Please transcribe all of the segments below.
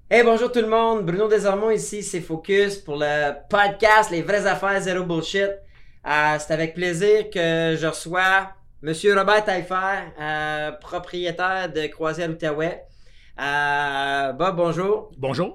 Hey, bonjour tout le monde, Bruno Desormeaux ici, c'est Focus pour le podcast Les vraies affaires, zéro bullshit. C'est avec plaisir que je reçois Monsieur Robert Taillefer, propriétaire de Croisière Outaouais. Bob, bonjour. Bonjour.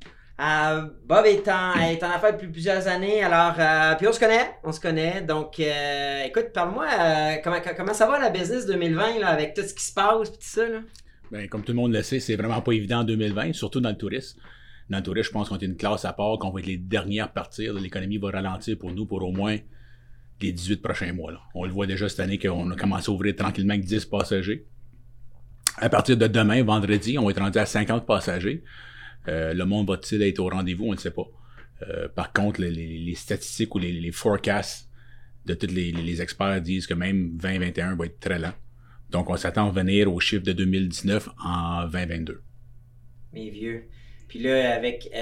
Bob est en affaires depuis plusieurs années, alors puis on se connaît, donc écoute, parle-moi, comment ça va la business 2020 là, avec tout ce qui se passe et tout ça là? Ben, comme tout le monde le sait, c'est vraiment pas évident en 2020, surtout dans le tourisme. Dans le tourisme, je pense qu'on est une classe à part, qu'on va être les derniers à partir. L'économie va ralentir pour nous pour au moins les 18 prochains mois. Là. On le voit déjà cette année qu'on a commencé à ouvrir tranquillement avec 10 passagers. À partir de demain, vendredi, on va être rendu à 50 passagers. Le monde va-t-il être au rendez-vous? On ne le sait pas. Par contre, les statistiques ou les forecasts de tous les experts disent que même 2021 va être très lent. Donc, on s'attend à revenir au chiffre de 2019 en 2022. Mes vieux. Puis là, avec...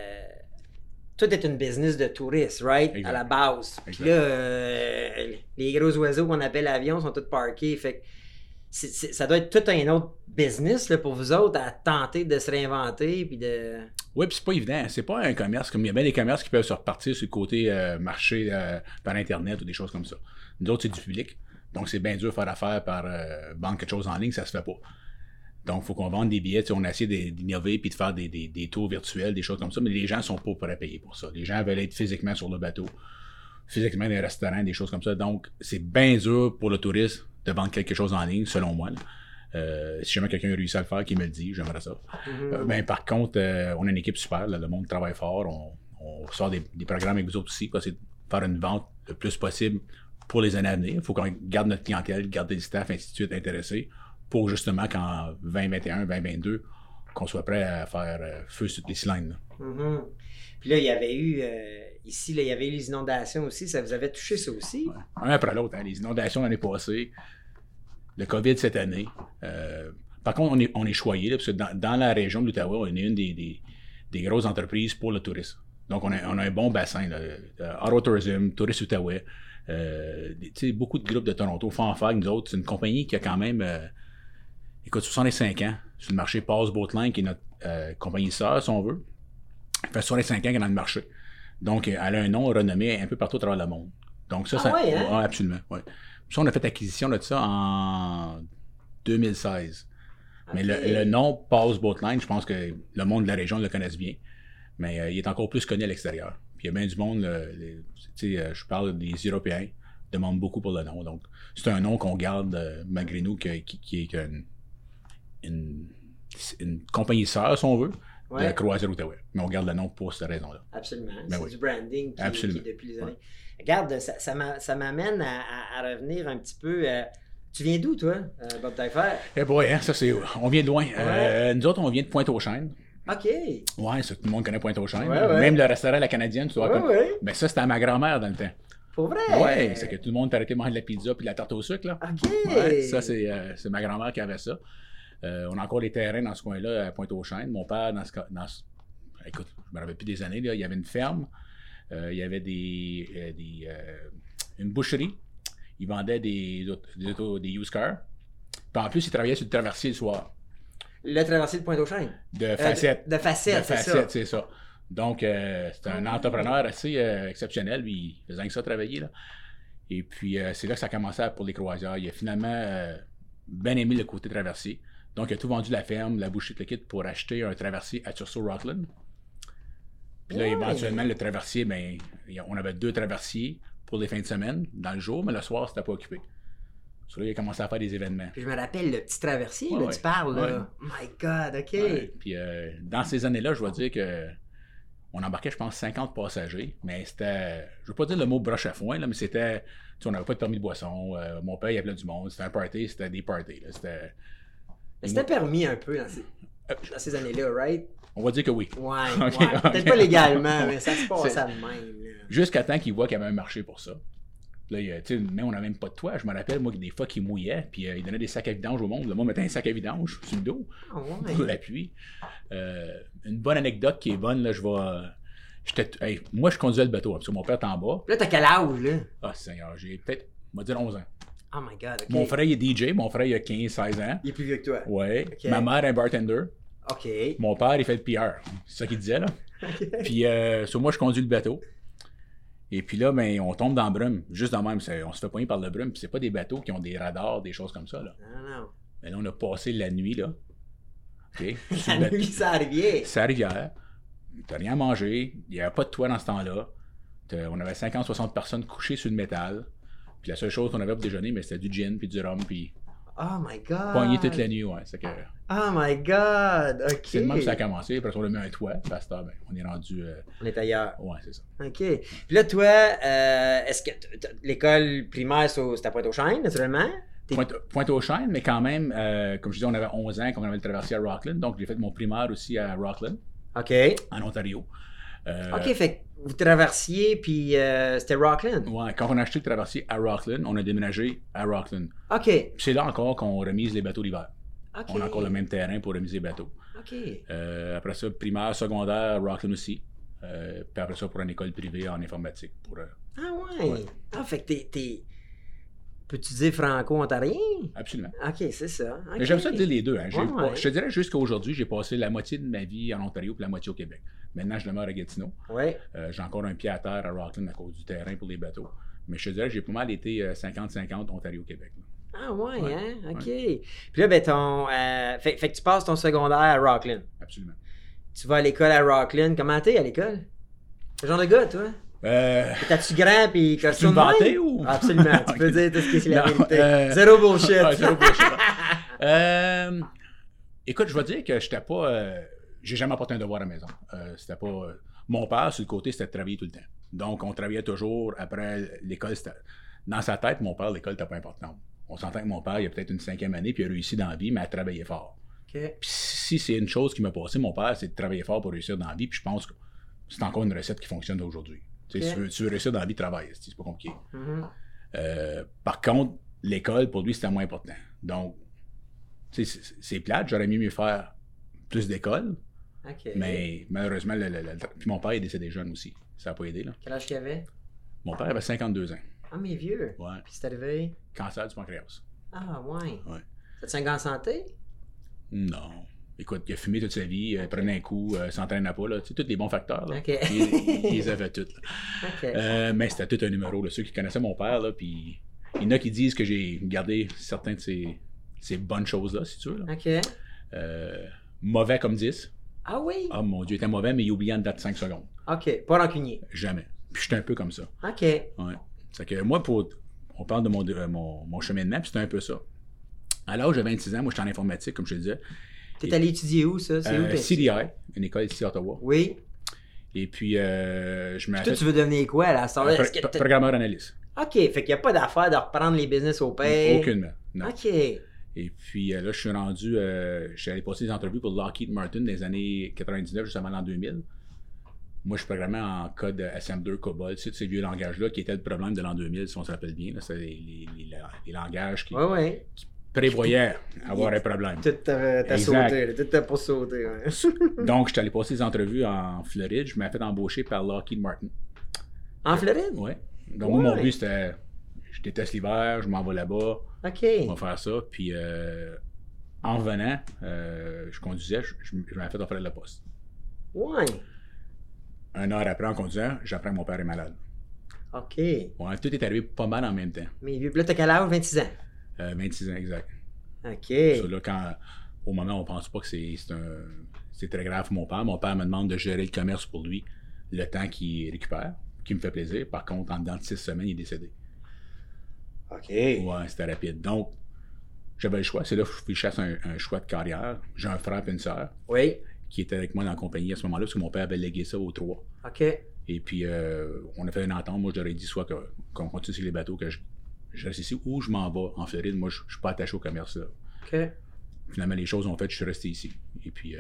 tout est une business de touristes, right? Exact. À la base. Puis là, les gros oiseaux qu'on appelle avions sont tous parkés. Fait que ça doit être tout un autre business là, pour vous autres à tenter de se réinventer. Puis de... Oui, puis c'est pas évident. C'est pas un commerce. Comme il y a bien des commerces qui peuvent se repartir sur le côté marché par Internet ou des choses comme ça. Nous autres, c'est du public. Donc, c'est bien dur de faire affaire par vendre quelque chose en ligne, ça se fait pas. Donc, il faut qu'on vende des billets. On a essayé d'innover puis de faire des tours virtuels, des choses comme ça, mais les gens sont pas prêts à payer pour ça. Les gens veulent être physiquement sur le bateau, physiquement dans les restaurants, des choses comme ça. Donc, c'est bien dur pour le touriste de vendre quelque chose en ligne, selon moi. Si jamais quelqu'un a réussi à le faire, qu'il me le dit, j'aimerais ça. Ben, par contre, on a une équipe super, là, le monde travaille fort, on sort des programmes avec vous autres aussi, c'est de faire une vente le plus possible pour les années à venir. Il faut qu'on garde notre clientèle, garder le staff, ainsi de suite, intéressés, pour justement qu'en 2021, 2022, qu'on soit prêt à faire feu sur les cylindres. Puis là, il y avait eu, ici, là, il y avait eu les inondations aussi. Ça vous avait touché ça aussi? Ouais. Un après l'autre, hein, les inondations l'année passée, le COVID cette année. Par contre, on est choyé, là, parce que dans la région de l'Outaouais, on est une des grosses entreprises pour le tourisme. Donc, on a un bon bassin, AutoTourism, Tourisme Outaouais, beaucoup de groupes de Toronto, Fanfag, nous autres, c'est une compagnie qui a quand même, 65 ans sur le marché Pass Boatline, qui est notre compagnie sœur, si on veut. Ça fait 65 ans qu'elle est dans le marché. Donc, elle a un nom renommé un peu partout à travers le monde. Donc, ça, ouais, hein? Ouais, absolument. Ouais. Ça, on a fait acquisition de ça en 2016. Okay. Mais le nom Pass Boatline, je pense que le monde de la région le connaisse bien. Mais il est encore plus connu à l'extérieur. Puis il y a bien du monde, je parle des Européens, demandent beaucoup pour le nom. Donc, c'est un nom qu'on garde malgré nous, qui est une compagnie sœur, si on veut, de la Croisière Outaouais. Mais on garde le nom pour cette raison-là. Absolument. Ben c'est oui. Du branding qui est depuis les années. Ouais. Regarde, ça m'amène à revenir un petit peu. Tu viens d'où, toi, Bob Taillefer? Eh boy, hein, ça c'est. On vient de loin. Ouais. Nous autres, on vient de Pointe-aux-Chênes. OK. Ouais, ça, tout le monde connaît Pointe-aux-Chênes. Ouais. Même le restaurant La Canadienne, tu dois connaître. Ouais. Ben ça, c'était à ma grand-mère dans le temps. Pour vrai? Ouais, c'est que tout le monde t'arrêtait de manger de la pizza puis de la tarte au sucre, là. OK. Ouais, ça, c'est ma grand-mère qui avait ça. On a encore les terrains dans ce coin-là, à Pointe-aux-Chênes. Mon père, écoute, je me rappelle plus des années, là, il y avait une ferme, il y avait une boucherie, il vendait des used cars. Puis en plus, il travaillait sur le traversier le soir. Le traversier de Pointe-aux-Chênes? De Facette. De Facette, c'est ça. Donc, c'est un entrepreneur assez exceptionnel. Lui, il faisait que ça travailler, là. Et puis, c'est là que ça a commencé pour les croisières. Il a finalement bien aimé le côté traversier. Donc, il a tout vendu la ferme, la boucherie, le kit pour acheter un traversier à Tursault-Rockland. Puis là, éventuellement, le traversier, ben, on avait 2 traversiers pour les fins de semaine, dans le jour, mais le soir, c'était pas occupé. So là, il a commencé à faire des événements. Puis je me rappelle le petit traversier, ouais, tu parles, là. Ouais. Oh my God, OK. Ouais. Puis dans ces années-là, je dois dire que on embarquait, je pense, 50 passagers, mais c'était, je veux pas dire le mot broche à foin, là, mais c'était, tu sais, on n'avait pas de permis de boisson, mon père, il appelait du monde, c'était un party, c'était des parties, là, c'était permis un peu dans ces années-là, right? On va dire que oui. Ouais, peut-être pas légalement, mais ça se passe à même. Là. Jusqu'à temps qu'il voit qu'il y avait un marché pour ça. Là, mais on n'a même pas de toit. Je me rappelle, moi, des fois qu'il mouillait, puis il donnait des sacs à vidange au monde. Le monde mettait un sac à vidange sur le dos pour la pluie. Une bonne anecdote qui est bonne, là, moi, je conduisais le bateau, parce que mon père est en bas. Là, t'as quel âge, là? Ah, Seigneur, j'ai peut-être, on va dire 11 ans. Oh my God, OK. Mon frère, il est DJ. Mon frère, il a 15-16 ans. Il est plus vieux que toi. Ouais. Okay. Ma mère est un bartender. OK. Mon père, il fait le PR. C'est ça qu'il disait, là. OK. Puis, sur moi, je conduis le bateau. Et puis là, ben, on tombe dans le brume. Juste dans le même, on se fait poigner par le brume. Puis c'est pas des bateaux qui ont des radars, des choses comme ça, là. Non. Mais là, on a passé la nuit, là. OK? La nuit, ça arrivait. C'est la rivière. T'as rien à manger. Il n'y avait pas de toit dans ce temps-là. On avait 50-60 personnes couchées sur le métal. Puis la seule chose qu'on avait pour déjeuner, mais c'était du gin, puis du rhum, puis Oh my God. pogné toute la nuit, ouais. C'est que... Oh my God. OK. C'est le même que ça a commencé. Après, on a mis un toit. Puis à cette heure, ben, on est rendu... On est ailleurs. Ouais, c'est ça. OK. Puis là, toi, est-ce que l'école primaire, c'était à Pointe-aux-Chênes, naturellement? Pointe-aux-Chênes, mais quand même, comme je disais, on avait 11 ans quand on avait traversé à Rockland. Donc, j'ai fait mon primaire aussi à Rockland, OK. en Ontario. OK, fait que vous traversiez, puis c'était Rockland. Ouais, quand on a acheté le traversier à Rockland, on a déménagé à Rockland. OK. Puis c'est là encore qu'on remise les bateaux l'hiver. OK. On a encore le même terrain pour remiser les bateaux. OK. Après ça, primaire, secondaire, Rockland aussi. Puis après ça, pour une école privée en informatique. Ah ouais. Ah, fait que t'es... Peux-tu dire franco-ontarien? Absolument. OK, c'est ça. Okay. Mais j'aime ça dire les deux. Hein. Ouais. Je te dirais jusqu'à aujourd'hui, j'ai passé la moitié de ma vie en Ontario puis la moitié au Québec. Maintenant, je demeure à Gatineau. Ouais. J'ai encore un pied à terre à Rockland à cause du terrain pour les bateaux. Mais je te dirais que j'ai pas mal été 50-50 Ontario-Québec. Ah ouais, Ouais, hein? OK. ouais. Puis là, ben, fait que tu passes ton secondaire à Rockland. Absolument. Tu vas à l'école à Rockland. Comment t'es à l'école? Quel genre de gars, toi? T'as-tu grand pis Tu me costume vantais ou? Absolument. Tu peux dire tout ce qui est la Non, vérité. Zéro bullshit. Ouais, zéro bullshit. Écoute, je vais dire que j'étais pas... j'ai jamais apporté un devoir à la maison. C'était pas... mon père, sur le côté, c'était de travailler tout le temps. Donc, on travaillait toujours. Après, l'école, c'était... Dans sa tête, mon père, l'école n'était pas importante. On s'entend que mon père, il a peut-être une 5e année, puis il a réussi dans la vie, mais il a travaillé fort. OK. Puis si c'est une chose qui m'a passé, mon père, c'est de travailler fort pour réussir dans la vie, puis je pense que c'est encore une recette qui fonctionne aujourd'hui. Okay. Si tu veux réussir dans la vie, travaille. C'est pas compliqué. Mm-hmm. Par contre, l'école, pour lui, c'était moins important. Donc, c'est plate. J'aurais mieux faire plus d'école. Okay. Mais malheureusement, puis mon père est décédé jeune aussi. Ça n'a pas aidé. Là. Quel âge qu'il avait? Mon père avait 52 ans. Ah, mais vieux. Ouais. Puis c'est arrivé? Cancer du pancréas. Ah, ouais. Ouais. C'est un gars en santé? Non. Écoute, il a fumé toute sa vie, prenait un coup, s'entraînait pas. Là. Tu sais, tous les bons facteurs. Là. Okay. Il les avait tous. Okay. Mais c'était tout un numéro. Là. Ceux qui connaissaient mon père, là, puis il y en a qui disent que j'ai gardé certains de ces bonnes choses-là, si tu veux. Là. OK. Mauvais comme 10. Ah oui? Ah mon Dieu, il était mauvais, mais il oubliait en date de 5 secondes. OK. Pas rancunier. Jamais. Puis j'étais un peu comme ça. OK. Ouais. C'est que moi, on parle de mon cheminement, puis c'était un peu ça. À l'âge de 26 ans, moi, j'étais en informatique, comme je te disais. T'es allé étudier où, ça? C'est où? CDI, une école ici à Ottawa. Oui. Et puis, je me Toi, tu veux devenir quoi, là? Programmeur analyste. OK. Fait qu'il n'y a pas d'affaire de reprendre les business au paye. Aucunement. Non. OK. Et puis, là, je suis rendu... je suis allé passer des entrevues pour Lockheed Martin des années 99 jusqu'à l'an 2000. Moi, je programmais en code Assembler, COBOL, ces vieux langages-là qui étaient le problème de l'an 2000, si on se rappelle bien. C'était les langages qui prévoyaient avoir un problème. Tout t'a sauté, tout t'a pas sauté. Ouais. Donc, je suis allé passer des entrevues en Floride. Je m'ai fait embaucher par Lockheed Martin. En Floride? Oui. Donc, moi, mon but, c'était... Je déteste l'hiver, je m'en vais là-bas. OK. On va faire ça. Puis, en revenant, je conduisais, je m'avais fait offrir le poste. Ouais. 1 heure après, en conduisant, j'apprends que mon père est malade. OK. Ouais, tout est arrivé pas mal en même temps. Mais là, t'as quel âge? 26 ans? 26 ans, exact. OK. Ça, là, au moment, on pense pas que c'est très grave pour mon père. Mon père me demande de gérer le commerce pour lui le temps qu'il récupère, qui me fait plaisir. Par contre, en dedans de 6 semaines, il est décédé. OK. Ouais, c'était rapide. Donc, j'avais le choix. C'est là que je chasse un choix de carrière. J'ai un frère et une sœur. Oui. Qui était avec moi dans la compagnie à ce moment-là, parce que mon père avait légué ça aux 3. OK. Et puis, on a fait une entente. Moi, je leur ai dit soit qu'on continue sur les bateaux, que je reste ici, ou je m'en vais en Floride. Moi, je ne suis pas attaché au commerce là. OK. Finalement, les choses ont fait, je suis resté ici. Et puis,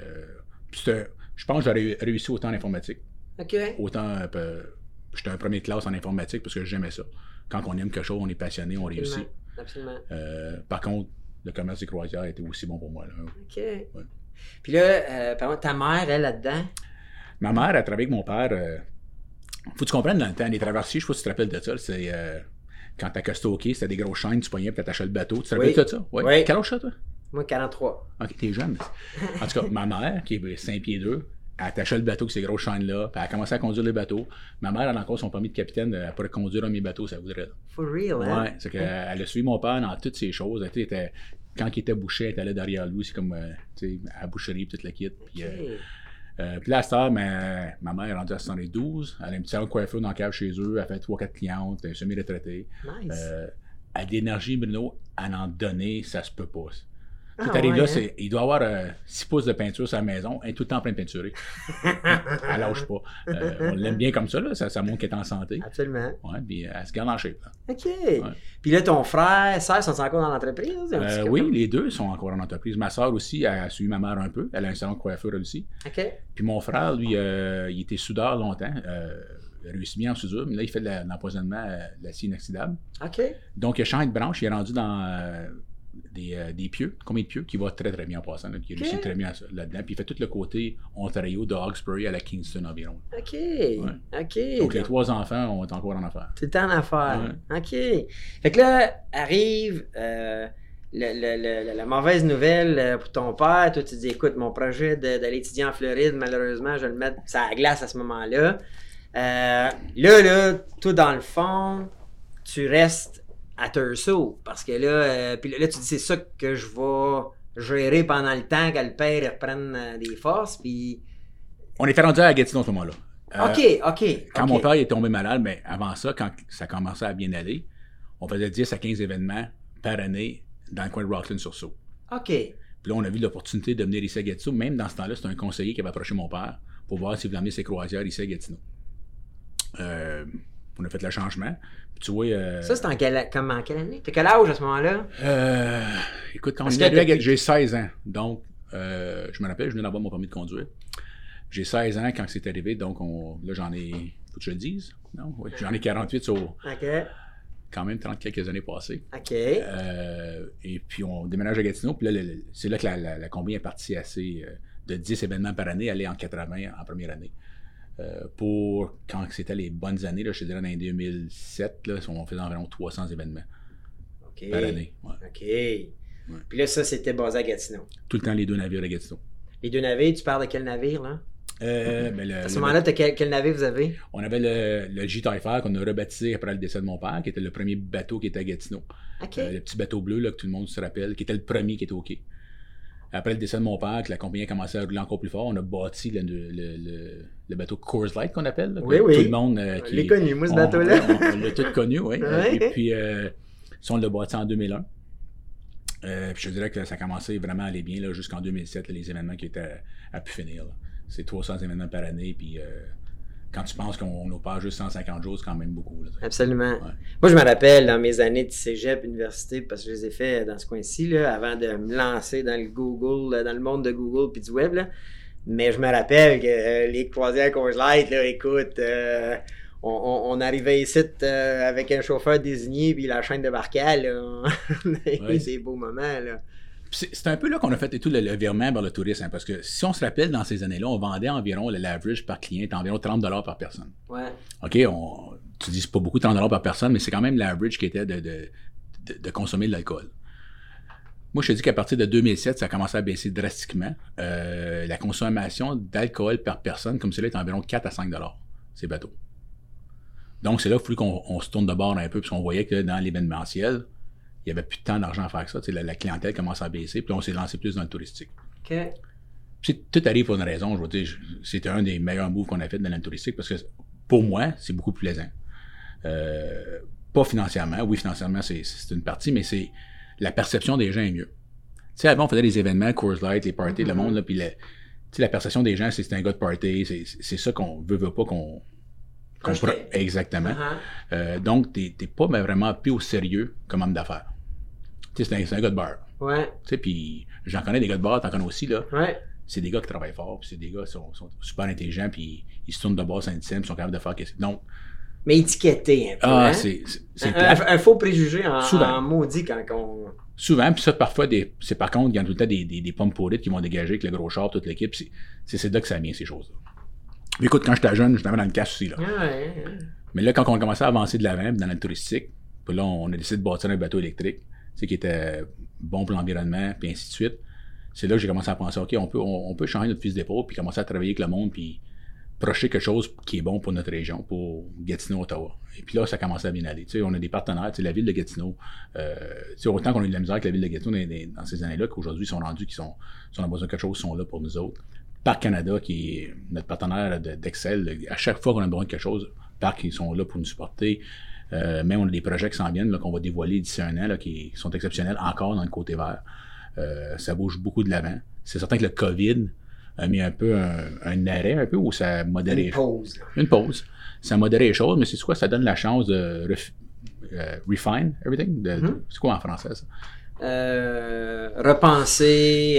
je pense que j'aurais réussi autant en informatique. OK. Autant, j'étais un premier classe en informatique parce que j'aimais ça. Quand on aime quelque chose, on est passionné, on réussit. Absolument. Par contre, le commerce des croisières était aussi bon pour moi. Là. OK. Ouais. Puis là, par contre, ta mère, elle, là-dedans? Ma mère a travaillé avec mon père. Faut que tu comprennes dans le temps, les traversiers, je sais pas si tu te rappelles de ça, c'est quand t'accostais au quai, c'était des grosses chaînes, tu poignais, puis t'attachais le bateau. Tu te rappelles de ça? Oui. Quel âge ça, toi? Moi, 43. Ok, t'es jeune. En tout cas, ma mère, qui est 5 pieds 2, elle attachait le bateau avec ces grosses chaînes-là, puis elle a commencé à conduire le bateau. Ma mère, elle a encore son permis de capitaine, elle pourrait conduire un de mes bateaux, ça voudrait. For real, hein? Ouais, c'est qu'elle a suivi mon père dans toutes ces choses. Elle était, quand il était bouché, elle était allée derrière lui, c'est comme tu sais, à la boucherie, puis toute la kit. Puis, puis là, à cette heure, ma mère est rendue à 72. Elle a un petit salon de coiffure dans la cave chez eux. Elle fait 3-4 clientes, elle est semi-retraitée. Nice. Elle a de l'énergie, Bruno, à en donner, ça se peut pas. Ah, Quand t'arrives là, hein? il doit avoir 6 pouces de peinture sur la maison, elle est tout le temps en train de peinturer. Elle lâche pas. On l'aime bien comme ça, là. Ça montre qu'elle est en santé. Absolument. Ouais, puis elle se garde en shape. Là. OK. Puis là, ton frère, sœur, sont encore dans l'entreprise? Oui, les deux sont encore en entreprise. Ma soeur aussi, elle a suivi ma mère un peu. Elle a un salon de coiffure, elle aussi. OK. Puis mon frère, lui, il était soudeur longtemps. Il a réussi bien en soudure, mais là, il fait de l'empoisonnement de l'acier inoxydable. OK. Donc, il a changé de branche. Il est rendu dans des pieux, combien de pieux, qui va très très bien en passant. Là, qui réussit très bien là-dedans. Puis il fait tout le côté Ontario, de Hawkesbury à la Kingston environ. OK. Ouais. OK. Donc les 3 enfants ont encore en affaires. Tout le temps en affaires. Ouais. OK. Fait que là, arrive la mauvaise nouvelle pour ton père. Toi, tu dis, écoute, mon projet d'aller étudier en Floride, malheureusement, je vais le mettre ça à la glace à ce moment-là. Là, toi, dans le fond, tu restes à Thurso, parce que là, puis là, tu dis, c'est ça que je vais gérer pendant le temps que le père reprenne des forces, puis... On était rendu à Gatineau à ce moment-là. OK. Quand mon père est tombé malade, mais avant ça, quand ça commençait à bien aller, on faisait 10 à 15 événements par année dans le coin de Rockland-sur-Sault. OK. Puis là, on a vu l'opportunité de venir ici à Gatineau. Même dans ce temps-là, c'était un conseiller qui avait approché mon père pour voir s'il voulait amener ses croisières ici à Gatineau. On a fait le changement. Puis tu vois... Ça, c'est en quelle année? T'as quel âge à ce moment-là? Écoute, quand on est arrivé, j'ai 16 ans. Donc, je me rappelle, je venais d'avoir mon permis de conduire. J'ai 16 ans quand c'est arrivé, donc là, j'en ai... Faut que je le dise? Non? Oui, j'en ai 48 sur... OK. Quand même 30 quelques années passées. OK. Et puis, on déménage à Gatineau. Puis là, c'est là que la compagnie est partie assez... de 10 événements par année, aller en 80 en première année. Pour quand c'était les bonnes années, là, je te dirais dans les 2007, là, on faisait environ 300 événements par année. Ouais. OK. Ouais. Puis là, ça, c'était basé à Gatineau. Tout le temps, les 2 navires à Gatineau. Les 2 navires, tu parles de quel navire, là? À ce moment-là, quel navire vous avez? On avait le J-Typher qu'on a rebaptisé après le décès de mon père, qui était le premier bateau qui était à Gatineau. OK. Le petit bateau bleu là, que tout le monde se rappelle, qui était le premier qui était au quai. Après le décès de mon père, que la compagnie a commencé à rouler encore plus fort, on a bâti le bateau Coors Light qu'on appelle. Là, oui. Tout le monde qui l'ai connu, moi, ce bateau-là. On l'a tout connu, oui. Ouais. Et puis, ça, on l'a bâti en 2001. Puis je dirais que ça a commencé vraiment à aller bien là, jusqu'en 2007, là, les événements qui étaient à pu finir. Là. C'est 300 événements par année, puis quand tu penses qu'on opère juste 150 jours, c'est quand même beaucoup. Là, absolument. Ouais. Moi, je me rappelle dans mes années de cégep, université, parce que je les ai fait dans ce coin-ci, là, avant de me lancer dans le Google, dans le monde de Google puis du web. Là. Mais je me rappelle que les croisières Coors Light, là, écoute, on arrivait ici avec un chauffeur désigné puis la chaîne de barcade. On a eu des beaux moments. Là. C'est un peu là qu'on a fait tout le virement vers le tourisme, hein, parce que si on se rappelle, dans ces années-là, on vendait environ, l'average par client était environ 30 $ par personne. Ouais. OK, tu dis c'est pas beaucoup 30 $ par personne, mais c'est quand même l'average qui était de consommer de l'alcool. Moi, je te dis qu'à partir de 2007, ça a commencé à baisser drastiquement. La consommation d'alcool par personne, comme cela, est environ 4 à 5 $, ces bateaux. Donc, c'est là qu'il faut qu'on se tourne de bord un peu, parce qu'on voyait que dans l'événementiel, il n'y avait plus tant d'argent à faire que ça. La clientèle commence à baisser, puis on s'est lancé plus dans le touristique. OK. Puis tout arrive pour une raison. Je veux dire, c'était un des meilleurs moves qu'on a fait dans le touristique, parce que pour moi, c'est beaucoup plus plaisant. Pas financièrement. Oui, financièrement, c'est une partie, mais c'est la perception des gens est mieux. Tu sais, avant, on faisait des événements, Coors Light, les parties, le monde, là, puis la perception des gens, c'est un gars de party. C'est ça qu'on veut pas qu'on exactement. Donc, t'es pas vraiment pris au sérieux comme homme d'affaires. Tu sais, c'est un gars de bar. Ouais. Tu sais, puis j'en connais des gars de bar, t'en connais aussi, là. Ouais. C'est des gars qui travaillent fort, puis c'est des gars qui sont super intelligents, puis ils se tournent de base intime, puis sont capables de faire quelque chose. Donc... Mais étiqueté un peu, hein? C'est un faux préjugé en maudit quand on... Souvent, puis ça, parfois, c'est par contre, il y a tout le temps des pommes pourrites qui vont dégager avec le gros char, toute l'équipe. C'est là que ça vient, ces choses-là. Mais écoute, quand j'étais jeune, j'étais dans le cash aussi, là. Ouais. Mais là, quand on a commencé à avancer de l'avant, dans le touristique, puis là, on a décidé de bâtir un bateau électrique. qui était bon pour l'environnement, puis ainsi de suite. C'est là que j'ai commencé à penser, OK, on peut changer notre fusil d'épaule, puis commencer à travailler avec le monde, puis projeter quelque chose qui est bon pour notre région, pour Gatineau, Ottawa. Et puis là, ça commençait à bien aller. Tu sais, on a des partenaires, tu sais, la ville de Gatineau. Tu sais, autant qu'on a eu de la misère avec la ville de Gatineau dans ces années-là, qu'aujourd'hui, ils sont rendus, si on a besoin de quelque chose, ils sont là pour nous autres. Parc Canada, qui est notre partenaire d'Excel, à chaque fois qu'on a besoin de quelque chose, Parc, ils sont là pour nous supporter. Même on a des projets qui s'en viennent, là, qu'on va dévoiler d'ici un an, là, qui sont exceptionnels encore dans le côté vert. Ça bouge beaucoup de l'avant. C'est certain que le COVID a mis un peu un arrêt, un peu, où ça a modéré. Une pause. Ça a modéré les choses, mais c'est quoi? Ça donne la chance de refine everything. C'est quoi en français, ça? Repenser,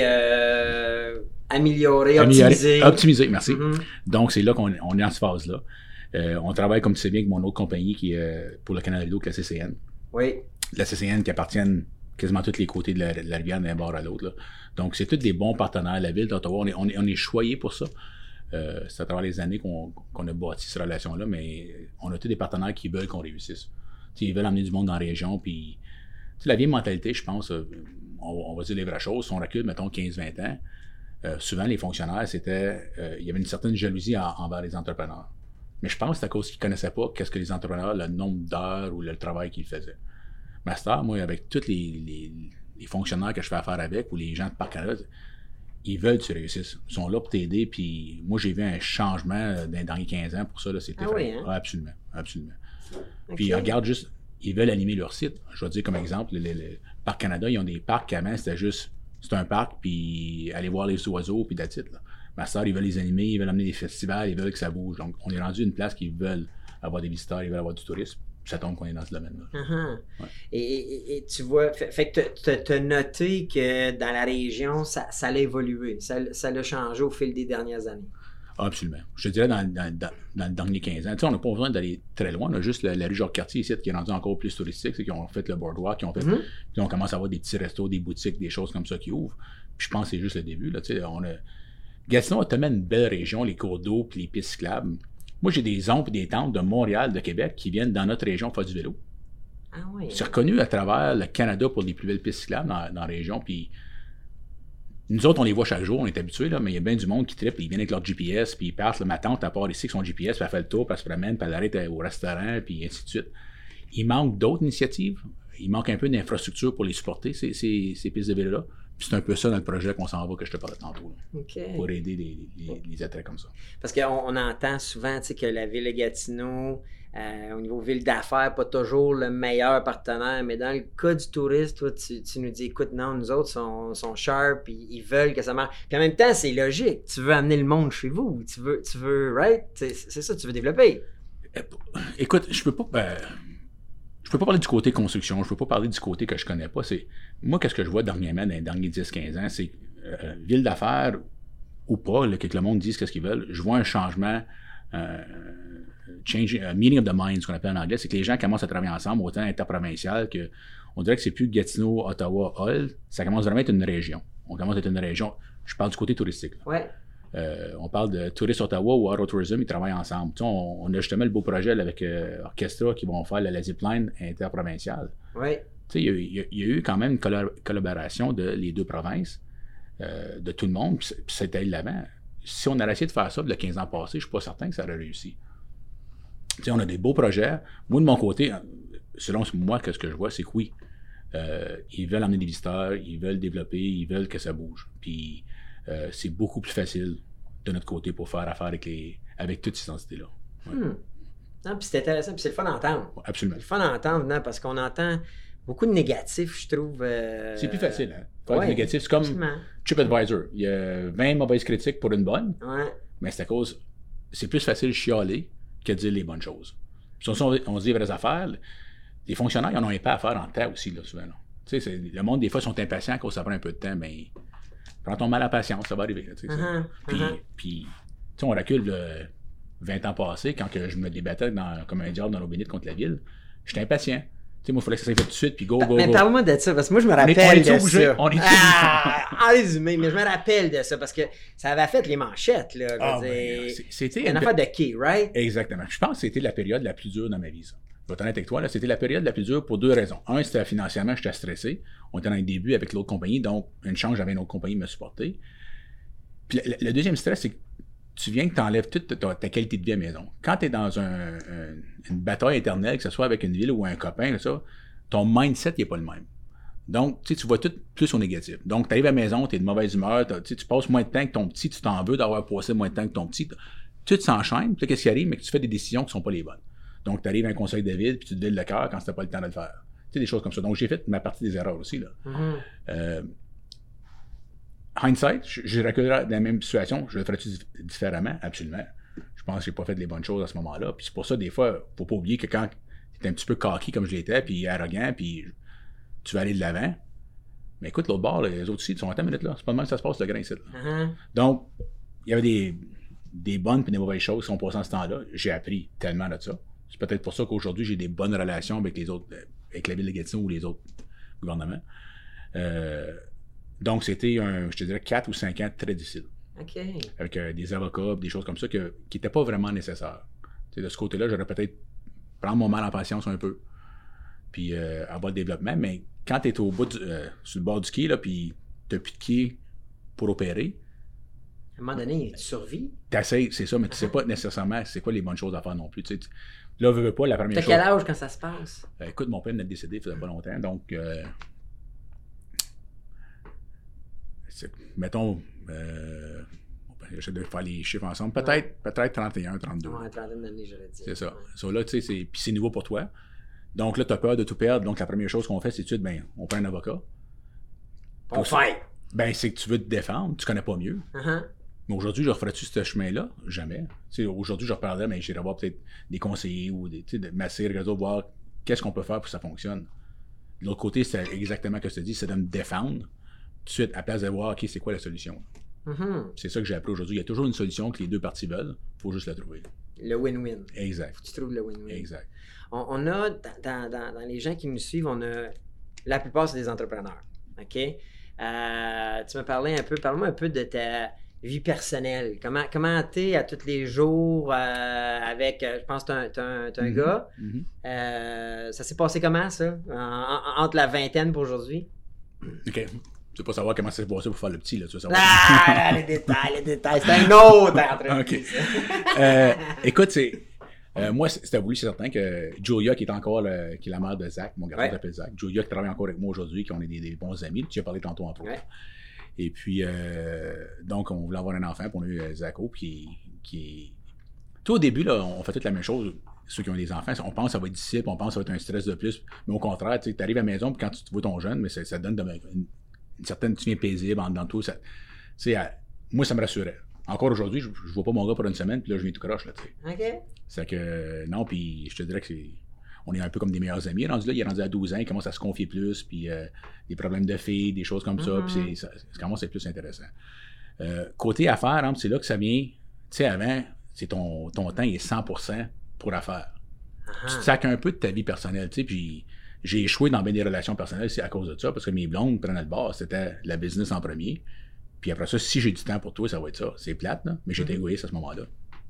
améliorer, optimiser. Optimiser, merci. Donc, c'est là qu'on est dans cette phase-là. On travaille, comme tu sais bien, avec mon autre compagnie qui est pour le Canada d'eau, la CCN. Oui. La CCN qui appartiennent quasiment tous les côtés de la rivière d'un bord à l'autre. Là. Donc, c'est tous des bons partenaires. La ville d'Ottawa, on est choyé pour ça. C'est à travers les années qu'on a bâti cette relation-là, mais on a tous des partenaires qui veulent qu'on réussisse. T'sais, ils veulent amener du monde dans la région, puis la vieille mentalité, je pense, on va dire les vraies choses, si on recule, mettons, 15-20 ans, souvent, les fonctionnaires, il y avait une certaine jalousie envers les entrepreneurs. Mais je pense que c'est à cause qu'ils ne connaissaient pas qu'est-ce que les entrepreneurs, le nombre d'heures ou le travail qu'ils faisaient. Master, moi, avec tous les fonctionnaires que je fais affaire avec, ou les gens de Parc Canada, ils veulent que tu réussisses. Ils sont là pour t'aider, puis moi, j'ai vu un changement dans les 15 ans pour ça, là, c'était absolument. Okay. Puis regarde juste, ils veulent animer leur site. Je vais te dire comme exemple, le Parc Canada, ils ont des parcs qu'avant, c'est un parc, puis aller voir les oiseaux, puis that's it, là. Master, ils veulent les animer, ils veulent amener des festivals, ils veulent que ça bouge. Donc, on est rendu à une place qu'ils veulent avoir des visiteurs, ils veulent avoir du tourisme. Ça tombe qu'on est dans ce domaine-là. Ouais. Et tu vois, fait que tu as noté que dans la région, ça a évolué, ça a changé au fil des dernières années. Absolument. Je te dirais dans le dernier 15 ans. Tu sais, on n'a pas besoin d'aller très loin. On a juste la rue Jacques-Cartier ici qui est rendue encore plus touristique. C'est qu'ils ont fait le boardwalk, puis on commence à avoir des petits restos, des boutiques, des choses comme ça qui ouvrent. Puis je pense que c'est juste le début. Là, tu sais, Gatineau a tellement une belle région, les cours d'eau puis les pistes cyclables. Moi, j'ai des oncles et des tantes de Montréal, de Québec, qui viennent dans notre région faire du vélo. Ah oui. C'est reconnu à travers le Canada pour les plus belles pistes cyclables dans la région. Puis nous autres, on les voit chaque jour, on est habitués, là, mais il y a bien du monde qui trippe, ils viennent avec leur GPS, puis ils partent. Ma tante, à part ici, avec son GPS, puis elle fait le tour, puis elle se promène, puis elle arrête au restaurant, puis ainsi de suite. Il manque d'autres initiatives. Il manque un peu d'infrastructure pour les supporter, ces pistes de vélo-là. Puis c'est un peu ça dans le projet qu'on s'en va, que je te parlais tantôt. Okay. Pour aider les attraits comme ça. Parce qu'on entend souvent que la ville de Gatineau, au niveau ville d'affaires, pas toujours le meilleur partenaire, mais dans le cas du tourisme, toi, tu nous dis, écoute, non, nous autres sont sharp, ils veulent que ça marche. Puis en même temps, c'est logique. Tu veux amener le monde chez vous. Tu veux, right? C'est ça, tu veux développer. Écoute, je peux pas parler du côté construction, je peux pas parler du côté que je connais pas. Moi, qu'est-ce que je vois dernièrement dans les derniers 10-15 ans, c'est ville d'affaires ou pas, là, que le monde dise ce qu'ils veulent, je vois un changement, meeting of the mind, ce qu'on appelle en anglais, c'est que les gens commencent à travailler ensemble, autant interprovincial que, on dirait que c'est plus Gatineau, Ottawa, Hull, ça commence vraiment à être une région. On commence à être une région, je parle du côté touristique. Ouais. On parle de Tourisme Ottawa ou AutoTourism, ils travaillent ensemble. Tu sais, on a justement le beau projet là, avec Orchestra qui vont faire la zipline interprovinciale. Oui. Tu sais, il y a eu quand même une collaboration de les deux provinces, de tout le monde, puis c'était allé de l'avant. Si on avait essayé de faire ça le 15 ans passés, je ne suis pas certain que ça aurait réussi. Tu sais, on a des beaux projets. Moi, de mon côté, selon moi, ce que je vois, c'est que oui, ils veulent amener des visiteurs, ils veulent développer, ils veulent que ça bouge. Puis c'est beaucoup plus facile de notre côté pour faire affaire avec toutes ces entités-là. Ouais. Non, puis c'est intéressant, puis c'est le fun d'entendre. Absolument. C'est le fun d'entendre, non, parce qu'on entend beaucoup de négatifs, je trouve. C'est plus facile, hein? Faire du négatif, c'est comme TripAdvisor. Il y a 20 mauvaises critiques pour une bonne, mais c'est à cause, c'est plus facile de chialer que de dire les bonnes choses. Puis on se dit les vraies affaires, les fonctionnaires, ils en ont un peu à faire en temps aussi, là, souvent. Là. Tu sais, le monde, des fois, sont impatients quand ça prend un peu de temps, mais prends ton mal à patience, ça va arriver. Là, puis, tu sais, on recule 20 ans passés, quand que je me débattais comme un diable dans l'eau bénite contre la ville, j'étais impatient. Tu sais, moi, il fallait que ça soit fait tout de suite, puis go. Mais parle-moi de ça, parce que moi, je me rappelle de ça. En résumé, mais je me rappelle de ça, parce que ça avait fait les manchettes, là. C'était une affaire de key, right? Exactement. Je pense que c'était la période la plus dure dans ma vie, ça. je vais être honnête avec toi, là, c'était la période la plus dure pour 2 raisons. Un, c'était financièrement, j'étais stressé. On était dans les débuts avec l'autre compagnie, donc une chance, j'avais une autre compagnie me supporter. Puis le deuxième stress, c'est que tu viens que tu enlèves toute ta qualité de vie à la maison. Quand tu es dans une bataille éternelle, que ce soit avec une ville ou un copain, ça, ton mindset n'est pas le même. Donc, tu vois tout plus au négatif. Donc, tu arrives à la maison, tu es de mauvaise humeur, tu passes moins de temps que ton petit, tu t'en veux d'avoir passé moins de temps que ton petit. Tout s'enchaîne, puis là, qu'est-ce qui arrive? Mais que tu fais des décisions qui ne sont pas les bonnes. Donc, tu arrives à un conseil de ville, puis tu te vides le cœur quand tu n'as pas le temps de le faire. Tu sais, des choses comme ça. Donc, j'ai fait ma partie des erreurs aussi, là. Hindsight, je reculerais dans la même situation, je le ferais-tu différemment? Absolument. Je pense que j'ai pas fait les bonnes choses à ce moment-là. Puis c'est pour ça, des fois, faut pas oublier que quand tu es un petit peu cocky comme je l'étais, puis arrogant, puis tu vas aller de l'avant, mais écoute, l'autre bord, les autres ici, ils sont à ta minute là. C'est pas de même que ça se passe, le grain ici. Donc, il y avait des bonnes et des mauvaises choses qui sont passées en ce temps-là. J'ai appris tellement de ça. C'est peut-être pour ça qu'aujourd'hui, j'ai des bonnes relations avec les autres, avec la ville de Gatineau ou les autres gouvernements. Donc, c'était, je te dirais, 4 ou 5 ans très difficiles. OK. Avec des avocats, des choses comme ça qui n'étaient pas vraiment nécessaires. T'sais, de ce côté-là, j'aurais peut-être prendre mon mal en patience un peu, puis avoir le développement. Mais quand tu es au bout sur le bord du quai, là, puis tu n'as plus de quai pour opérer, à un moment donné, tu survis. Tu essaies, c'est ça, mais tu ne sais pas nécessairement c'est quoi les bonnes choses à faire non plus. Là, veux pas, la première chose. T'as quel âge quand ça se passe? Écoute, mon père venait de décéder, il faisait pas longtemps, donc mettons, j'essaie de faire les chiffres ensemble, peut-être 31, 32. Ouais, 30 d'années, j'aurais dit. C'est ça. Ça là, tu sais, puis c'est nouveau pour toi. Donc là, tu as peur de tout perdre. Donc la première chose qu'on fait, c'est tout de suite, on prend un avocat. On fait. C'est que tu veux te défendre, tu connais pas mieux. Mais aujourd'hui, je referais-tu ce chemin-là? Jamais. Aujourd'hui, je reparlerais, mais j'irais voir peut-être des conseillers ou de masser le réseau, voir qu'est-ce qu'on peut faire pour que ça fonctionne. De l'autre côté, c'est exactement ce que je te dis, c'est de me défendre tout de suite, à place de voir, OK, c'est quoi la solution? C'est ça que j'ai appris aujourd'hui. Il y a toujours une solution que les deux parties veulent. Il faut juste la trouver. Le win-win. Exact. Faut que tu trouves le win-win. Exact. On a, dans les gens qui nous suivent, on a, la plupart, c'est des entrepreneurs. OK? Tu m'as parlé un peu, parle-moi un peu de ta vie personnelle. Comment t'es à tous les jours avec, je pense que t'as un gars. Ça s'est passé comment, ça? Entre la vingtaine pour aujourd'hui? OK. Tu veux pas savoir comment ça s'est passé pour faire le petit, là, tu veux savoir. Les détails. C'est un autre entreprise. OK. Écoute, moi, c'était voulu, c'est certain que Julia, qui est encore qui est la mère de Zach, mon garçon s'appelle Zach. Julia qui travaille encore avec moi aujourd'hui, qu'on est des bons amis. Tu as parlé tantôt entre autres. Et puis, donc, on voulait avoir un enfant, puis on a eu Zacho, qui tout au début, là, on fait toute la même chose. Ceux qui ont des enfants, on pense que ça va être difficile, on pense que ça va être un stress de plus. Mais au contraire, tu arrives à la maison, puis quand tu vois ton jeune, mais ça donne une certaine, tu viens paisible dans tout. Moi, ça me rassurait. Encore aujourd'hui, je vois pas mon gars pour une semaine, puis là, je viens tout croche, là, tu sais. OK. C'est que, non, puis je te dirais que on est un peu comme des meilleurs amis. Il est rendu à 12 ans, il commence à se confier plus, puis des problèmes de filles, des choses comme ça, puis ça commence à être plus intéressant. Côté affaires, c'est là que ça vient, tu sais, avant, c'est ton temps il est 100% pour affaires. Tu te sacs un peu de ta vie personnelle, tu sais, puis j'ai échoué dans bien des relations personnelles, c'est à cause de ça, parce que mes blondes prenaient le bord, c'était la business en premier. Puis après ça, si j'ai du temps pour toi, ça va être ça. C'est plate, là, mais j'étais égoïste à ce moment-là.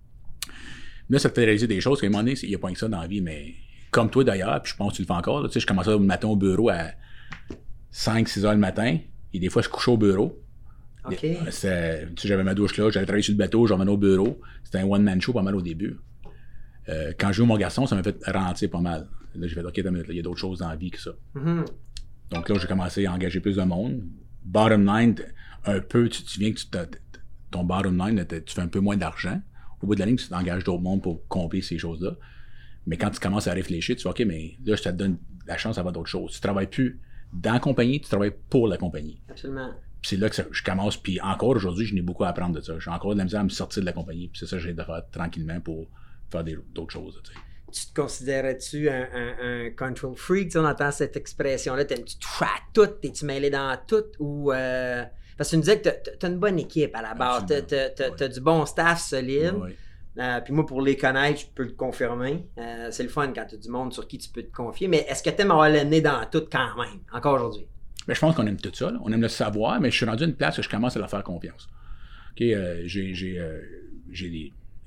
Là, ça te fait réaliser des choses qu'à un moment donné, il n'y a pas que ça dans la vie, mais comme toi d'ailleurs, puis je pense que tu le fais encore, là, tu sais, je commençais le matin au bureau à 5-6 heures le matin, et des fois, je couchais au bureau. OK. J'avais ma douche là, j'allais travailler sur le bateau, je revenais au bureau. C'était un one-man show pas mal au début. Quand j'ai eu mon garçon, ça m'a fait rentrer pas mal. Là, j'ai fait, OK, il y a d'autres choses dans la vie que ça. Donc là, j'ai commencé à engager plus de monde. Bottom line, un peu, tu viens que ton bottom line, tu fais un peu moins d'argent. Au bout de la ligne, tu t'engages d'autres monde pour combler ces choses-là. Mais quand tu commences à réfléchir, tu fais, OK, mais là, je te donne la chance d'avoir d'autres choses. Tu travailles plus dans la compagnie, tu travailles pour la compagnie. Absolument. Puis c'est là que je commence, puis encore aujourd'hui, je n'ai beaucoup à apprendre de ça. J'ai encore de la misère à me sortir de la compagnie, puis c'est ça que j'ai de faire tranquillement pour faire d'autres choses. Tu sais. Tu te considérais-tu un control freak? Tu entends cette expression-là, tu touches à tout, t'es-tu mêlé dans tout? Ou parce que tu me disais que tu as une bonne équipe à la base, tu as du bon staff solide. Puis moi, pour les connaître, je peux le confirmer. C'est le fun quand tu as du monde sur qui tu peux te confier. Mais est-ce que tu aimes avoir le nez dans tout quand même, encore aujourd'hui? Ben, je pense qu'on aime tout ça. Là. On aime le savoir, mais je suis rendu à une place où je commence à leur faire confiance. Okay, j'ai des...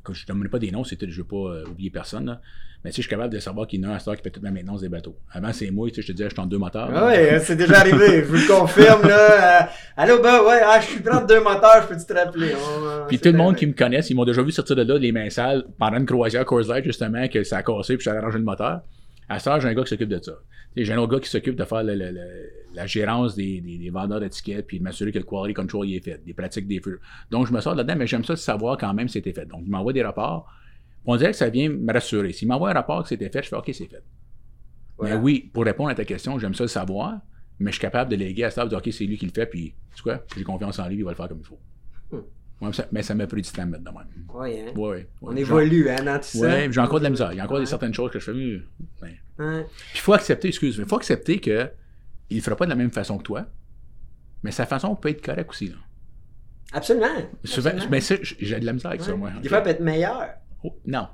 je ne donne pas des noms, je ne veux pas oublier personne, là. Mais tu sais, je suis capable de savoir qu'il y en a un à cette heure qui fait toute la maintenance des bateaux. Avant, c'est moi, tu sais, je te disais, je suis en 2 moteurs. Oui, c'est déjà arrivé, je vous le confirme, là. Allô, je suis prêt de 2 moteurs, je peux te rappeler. Puis tout le monde qui me connaisse, ils m'ont déjà vu sortir de là, les mains sales, pendant une croisière Coors Light, justement, que ça a cassé, puis j'allais arranger le moteur. À cette heure, j'ai un gars qui s'occupe de ça. J'ai un autre gars qui s'occupe de faire la gérance des vendeurs d'étiquettes, puis de m'assurer que le quality control y est fait, des pratiques des feux. Donc, je me sors là-dedans, mais j'aime ça de savoir quand même si c'était fait. Donc, il m'envoie des rapports. On dirait que ça vient me rassurer. S'il m'envoie un rapport que c'était fait, je fais OK, c'est fait. Voilà. Mais oui, pour répondre à ta question, j'aime ça le savoir, mais je suis capable de léguer à ça, de dire OK, c'est lui qui le fait, puis tu sais quoi, j'ai confiance en lui, il va le faire comme il faut. Ouais, mais ça m'a pris du temps à mettre de même. Oui, hein? Ouais. On évolue, hein, dans tout ça. Oui, j'ai encore de la misère. Il y a encore des certaines choses que je fais mieux. Ouais. Puis il faut accepter, il faut accepter qu'il ne fera pas de la même façon que toi, mais sa façon peut être correcte aussi. Là. Absolument. Souvent, mais ça, j'ai de la misère avec ça, moi. Des fois, elle peut être meilleure. Oh, non.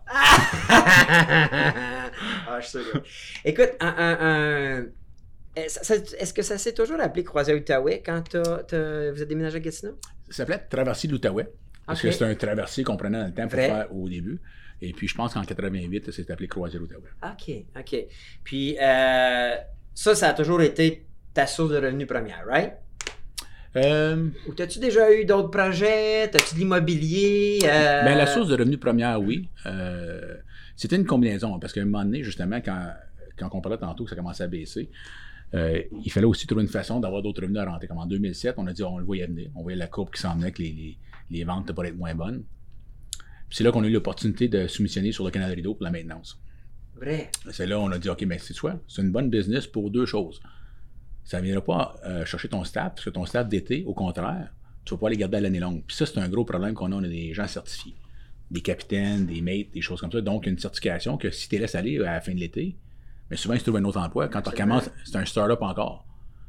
Je suis sûr. Écoute, est-ce que ça s'est toujours appelé Croisière Outaouais quand vous êtes déménagé à Gatineau? Ça s'appelait Traversier de l'Outaouais. Parce que c'était un traversier qu'on prenait dans le temps pour faire au début. Et puis, je pense qu'en 88, ça s'est appelé Croisière Outaouais. OK. Puis, ça a toujours été ta source de revenus première, right? Ou t'as-tu déjà eu d'autres projets? T'as-tu de l'immobilier? Ben, la source de revenus première, oui. C'était une combinaison. Parce qu'à un moment donné, justement, quand on parlait tantôt que ça commençait à baisser, il fallait aussi trouver une façon d'avoir d'autres revenus à rentrer. Comme en 2007, on a dit on le voyait venir. On voyait la courbe qui s'en venait, que les ventes pourraient être moins bonnes. Puis c'est là qu'on a eu l'opportunité de soumissionner sur le Canal Rideau pour la maintenance. Vrai. C'est là on a dit OK, mais c'est quoi? C'est une bonne business pour 2 choses. Ça ne viendra pas chercher ton staff, parce que ton staff d'été, au contraire, tu ne vas pas les garder à l'année longue. Puis ça, c'est un gros problème qu'on a. On a des gens certifiés. Des capitaines, des mates, des choses comme ça. Donc, une certification que si tu les laisses aller à la fin de l'été, mais souvent, ils se trouvent un autre emploi. Quand tu recommences, c'est un start-up encore.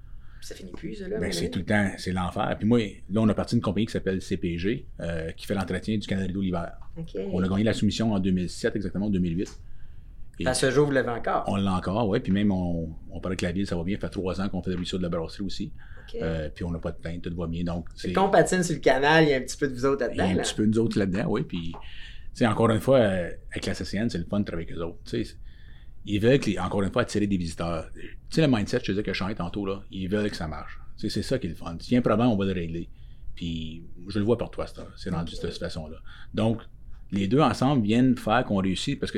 Ça finit plus, ça, là? Ben, c'est tout le temps, c'est l'enfer. Puis moi, là, on a parti d'une compagnie qui s'appelle CPG, qui fait l'entretien du Canal Rideau l'hiver. Okay. On a gagné la soumission en 2007, exactement, en 2008. Et à ce jour, vous l'avez encore? On l'a encore, oui. Puis même, on paraît que la ville, ça va bien. Ça fait 3 ans qu'on fait le ruisseau de la brasserie aussi. Okay. Puis on n'a pas de plainte, tout va bien. Donc, quand on patine sur le canal, il y a un petit peu de vous autres là-dedans. Il y a un petit peu de nous autres là-dedans, oui. Puis, tu sais, encore une fois, avec la CCN, c'est le fun de travailler avec eux autres. Tu sais, ils veulent, encore une fois, attirer des visiteurs. Tu sais, le mindset, je te disais que je chantais tantôt, là, ils veulent que ça marche. Tu sais, c'est ça qui est le fun. S'il y a un problème, on va le régler. Puis, je le vois pour toi, c'est rendu de cette façon-là. Donc, les deux ensemble viennent faire qu'on réussit. Parce que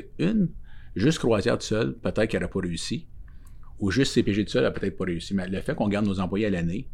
juste Croisière tout seul, peut-être qu'elle n'aurait pas réussi. Ou juste CPG tout seul, elle n'a peut-être pas réussi. Mais le fait qu'on garde nos employés à l'année,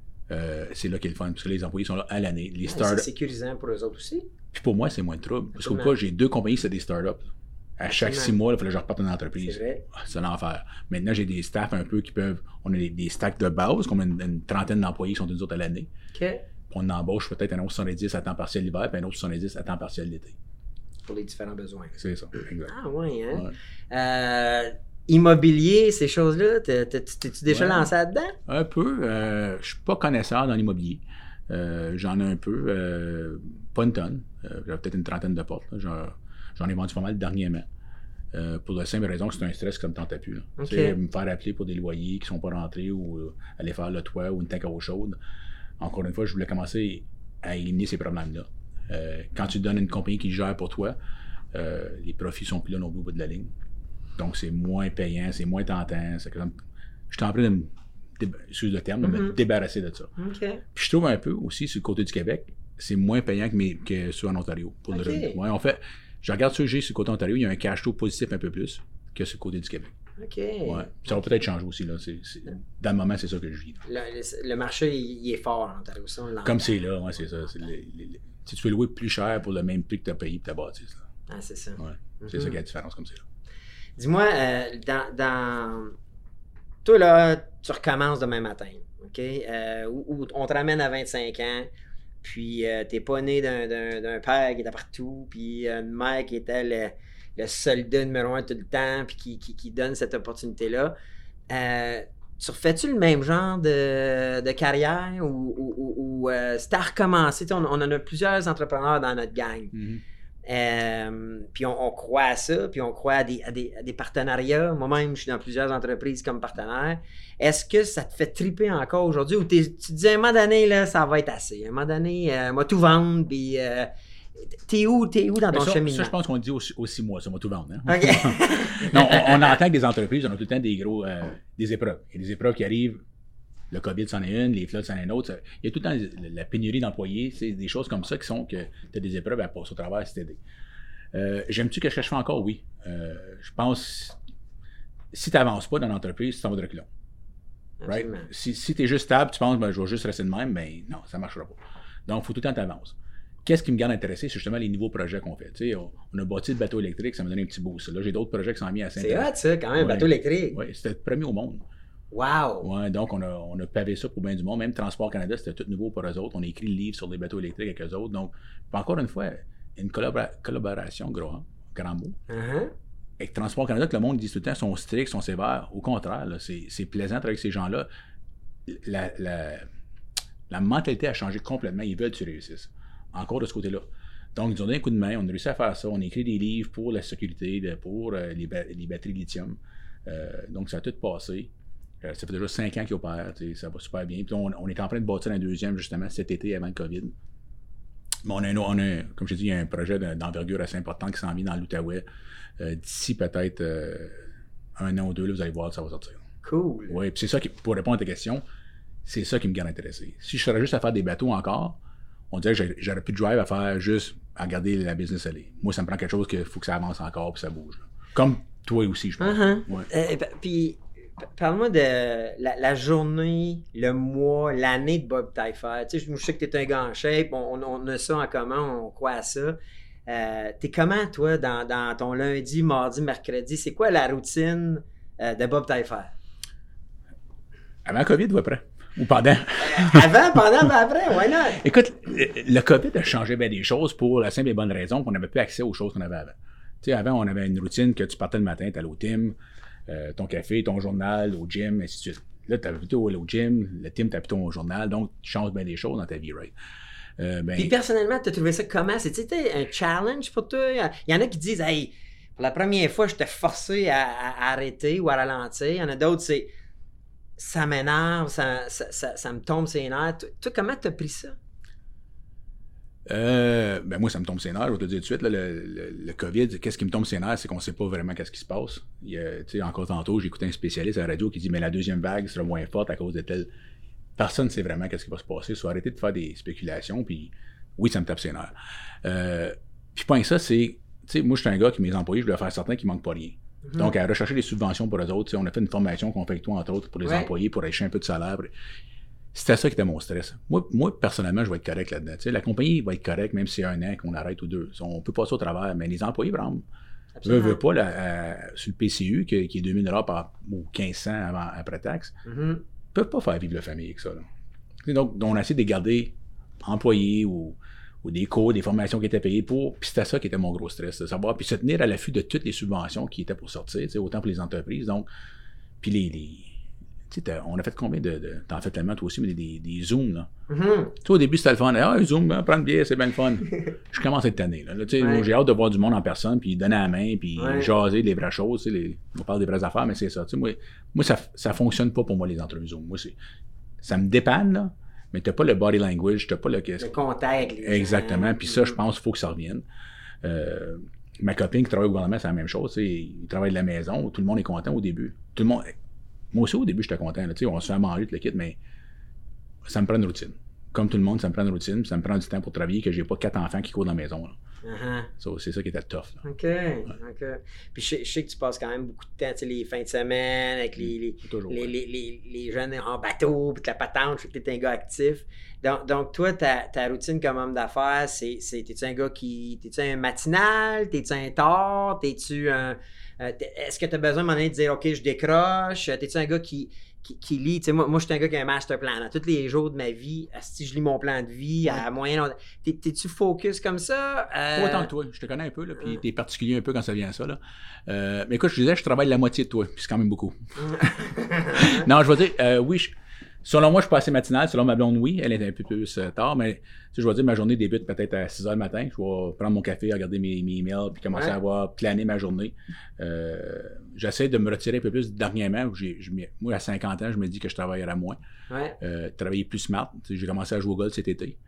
c'est là qu'il est le fun. Parce que les employés sont là à l'année. C'est sécurisant pour eux autres aussi. Puis pour moi, c'est moins de trouble. Parce que quoi, j'ai 2 compagnies, c'est des startups. À chaque 6 mois, il fallait que je reparte une entreprise. C'est vrai. C'est l'enfer. Maintenant, j'ai des staffs un peu qui peuvent. On a des stacks de base, comme une trentaine d'employés qui sont nous autres à l'année. OK. Puis on embauche peut-être un autre 70 à temps partiel l'hiver, puis un autre 70 à temps partiel l'été. Pour les différents besoins. C'est ça, exact. Ah ouais, hein? Ouais. Immobilier, ces choses-là, t'es-tu déjà lancé là-dedans? Un peu. Je suis pas connaisseur dans l'immobilier. J'en ai un peu. Pas une tonne. J'avais peut-être une trentaine de portes. J'en ai vendu pas mal dernièrement. Pour la simple raison que c'est un stress que ça me tentait plus. Okay. Me faire appeler pour des loyers qui ne sont pas rentrés ou aller faire le toit ou une tank à eau chaude. Encore une fois, je voulais commencer à éliminer ces problèmes-là. Quand tu donnes une compagnie qui gère pour toi, les profits sont plus là non plus au bout de la ligne. Donc, c'est moins payant, c'est moins tentant. Je suis en train de me débarrasser de ça. Okay. Puis je trouve un peu aussi, sur le côté du Québec, c'est moins payant que sur en Ontario. Pour le revenu. Ouais, je regarde ce que j'ai sur le côté Ontario, il y a un cash flow positif un peu plus que sur le côté du Québec. OK. Ouais. Ça va peut-être changer aussi. Là. Dans le moment, c'est ça que je vis. Le marché, il est fort en Ontario. Comme c'est là, ouais, c'est ça. Si tu veux louer plus cher pour le même prix que tu as payé pour ta bâtisse. Là. Ah, c'est ça. Ouais. C'est ça qui a la différence comme c'est là. Dis-moi, toi, là, tu recommences demain matin, OK? Ou on te ramène à 25 ans, puis t'es pas né d'un père qui était partout, puis une mère qui était le soldat numéro 1 tout le temps, puis qui donne cette opportunité-là. Tu refais-tu le même genre de carrière ou si t'as recommencé? On en a plusieurs entrepreneurs dans notre gang. Puis on croit à ça, puis on croit à des partenariats. Moi-même, je suis dans plusieurs entreprises comme partenaire. Est-ce que ça te fait triper encore aujourd'hui ou tu te dis à un moment donné, là, ça va être assez? À un moment donné, moi tout vendre, puis T'es où dans ton cheminement? Ça, je pense qu'on dit aux 6 mois, ça va tout vendre. Hein? OK. Non, on entend que des entreprises, on a tout le temps des épreuves. Il y a des épreuves qui arrivent. Le COVID, c'en est une, les floods, c'en est une autre. Il y a tout le temps la pénurie d'employés. C'est des choses comme ça qui sont que tu as des épreuves à passer au travers cet été. J'aime-tu ce que je fais encore? Oui. Je pense, si tu n'avances pas dans l'entreprise, tu t'en vas de reculons. Right? Si tu es juste stable, tu penses, je vais juste rester de même, mais non, ça ne marchera pas. Donc, il faut tout le temps que tu avances. Qu'est-ce qui me garde intéressé, c'est justement les nouveaux projets qu'on fait. On a bâti le bateau électrique, ça m'a donné un petit boost. Là, j'ai d'autres projets qui sont mis à Saint-Étienne. C'est hot, ça, quand même, bateau électrique. Oui, c'était le premier au monde. Wow! Ouais, donc, on a pavé ça pour bien du monde. Même Transport Canada, c'était tout nouveau pour eux autres. On a écrit le livre sur les bateaux électriques avec eux autres. Donc, encore une fois, une collaboration, grand mot. Avec Transport Canada, que le monde dit tout le temps, sont stricts, sont sévères. Au contraire, là, c'est plaisant avec ces gens-là. La mentalité a changé complètement. Ils veulent que tu réussisses. Encore de ce côté-là. Donc, ils nous ont donné un coup de main. On a réussi à faire ça. On a écrit des livres pour la sécurité, pour les batteries lithium. Donc, ça a tout passé. Ça fait déjà 5 ans qu'ils opèrent, ça va super bien. Puis on est en train de bâtir un deuxième, justement, cet été avant le COVID. Mais on a comme je te dis, il y a un projet d'envergure assez important qui s'en vient dans l'Outaouais. D'ici peut-être 1 an ou 2, là, vous allez voir, ça va sortir. Cool. Oui, puis c'est ça qui, pour répondre à ta question, c'est ça qui me garde intéressé. Si je serais juste à faire des bateaux encore, on dirait que j'aurais plus de drive à faire juste à regarder la business aller. Moi, ça me prend quelque chose qu'il faut que ça avance encore puis ça bouge. Là. Comme toi aussi, je pense. Ouais. Puis, parle-moi de la journée, le mois, l'année de Bob Taillefer. Tu sais, je sais que tu es un gars en shape, on a ça en commun, on croit à ça. T'es comment, toi, dans ton lundi, mardi, mercredi? C'est quoi la routine de Bob Taillefer? Avant COVID ou après? Ou pendant? Avant, pendant, mais après, why not? Écoute, le COVID a changé bien des choses pour la simple et bonne raison qu'on n'avait plus accès aux choses qu'on avait avant. Tu sais, avant, on avait une routine que tu partais le matin, tu allais au team, ton café, ton journal, au gym, ainsi de suite. Là, tu avais plutôt au gym, le team, tu as plutôt au journal, donc tu changes bien des choses dans ta vie, right? Puis personnellement, tu as trouvé ça comment? C'était un challenge pour toi? Il y en a qui disent, hey, pour la première fois, j'étais forcé à arrêter ou à ralentir. Il y en a d'autres, c'est ça m'énerve, ça me tombe ses nerfs. Toi, comment tu as pris ça? Moi, ça me tombe ses nerfs, je vais te dire tout de suite. Là, le COVID, qu'est-ce qui me tombe ses nerfs, c'est qu'on ne sait pas vraiment qu'est-ce qui se passe. Encore tantôt, j'ai écouté un spécialiste à la radio qui dit mais la deuxième vague sera moins forte à cause de tel. Personne ne sait vraiment qu'est-ce qui va se passer. Il faut arrêter de faire des spéculations, puis oui, ça me tape ses nerfs. Puis pas ça, c'est. Moi, je suis un gars qui, mes employés, je dois faire certain qu'il ne manque pas rien. Donc, à rechercher des subventions pour eux autres, on a fait une formation qu'on fait avec toi, entre autres, pour les employés, pour acheter un peu de salaire. C'était ça qui était mon stress. Moi, personnellement, je vais être correct là-dedans. La compagnie va être correcte, même si c'est 1 an qu'on arrête ou 2. On peut passer au travers, mais les employés, par exemple, ne veulent pas, sur le PCU, qui est 2 000 ou 1500 après taxe, ne peuvent pas faire vivre la famille avec ça. Là. Donc, on a essayé de les garder employés ou des cours, des formations qui étaient payées pour. Puis c'était ça qui était mon gros stress, de savoir. Puis se tenir à l'affût de toutes les subventions qui étaient pour sortir, autant pour les entreprises. Donc, puis on a fait combien t'en as fait tellement toi aussi, mais des Zooms, là. Au début, c'était le fun. Ah, Zoom, prends une bière, c'est bien le fun. Je commence à être tanné, là. J'ai hâte de voir du monde en personne, puis donner la main, puis jaser les vraies choses. On parle des vraies affaires, mais c'est ça. Moi, ça fonctionne pas pour moi, les entrevues Zoom. Moi, ça me dépanne, là. Mais t'as pas le body language, t'as pas le contact. Exactement. Puis ça, je pense qu'il faut que ça revienne. Ma copine qui travaille au gouvernement, c'est la même chose. Il travaille de la maison. Tout le monde est content au début. Moi aussi, au début, j'étais content. Là, on se fait manger tout le kit, mais ça me prend une routine. Comme tout le monde, ça me prend une routine. Ça me prend du temps pour travailler, que j'ai pas 4 enfants qui courent dans la maison. C'est ça qui était tough. Là. OK. Puis je sais que tu passes quand même beaucoup de temps, les fins de semaine, avec les jeunes en bateau, puis la patente, je sais que tu es un gars actif. Donc toi, ta routine comme homme d'affaires, t'es-tu un gars t'es-tu un matinal, t'es-tu un tard, est-ce que tu as besoin à un moment donné de dire, OK, je décroche, t'es-tu un gars qui lit, moi je suis un gars qui a un master plan. Tous les jours de ma vie, si je lis mon plan de vie à moyen long, t'es-tu focus comme ça? Pas autant que toi, je te connais un peu, là, puis t'es particulier un peu quand ça vient à ça. Là. Mais écoute, je disais, je travaille la moitié de toi, puis c'est quand même beaucoup. Non, je vais dire, oui, selon moi, je suis pas assez matinal. Selon ma blonde, oui, elle est un peu plus tard, mais je vais dire, ma journée débute peut-être à 6 h le matin. Je vais prendre mon café, regarder mes emails, puis commencer à planer ma journée. J'essaie de me retirer un peu plus dernièrement. Moi, à 50 ans, je me dis que je travaillerai moins. Travailler plus smart. J'ai commencé à jouer au golf cet été.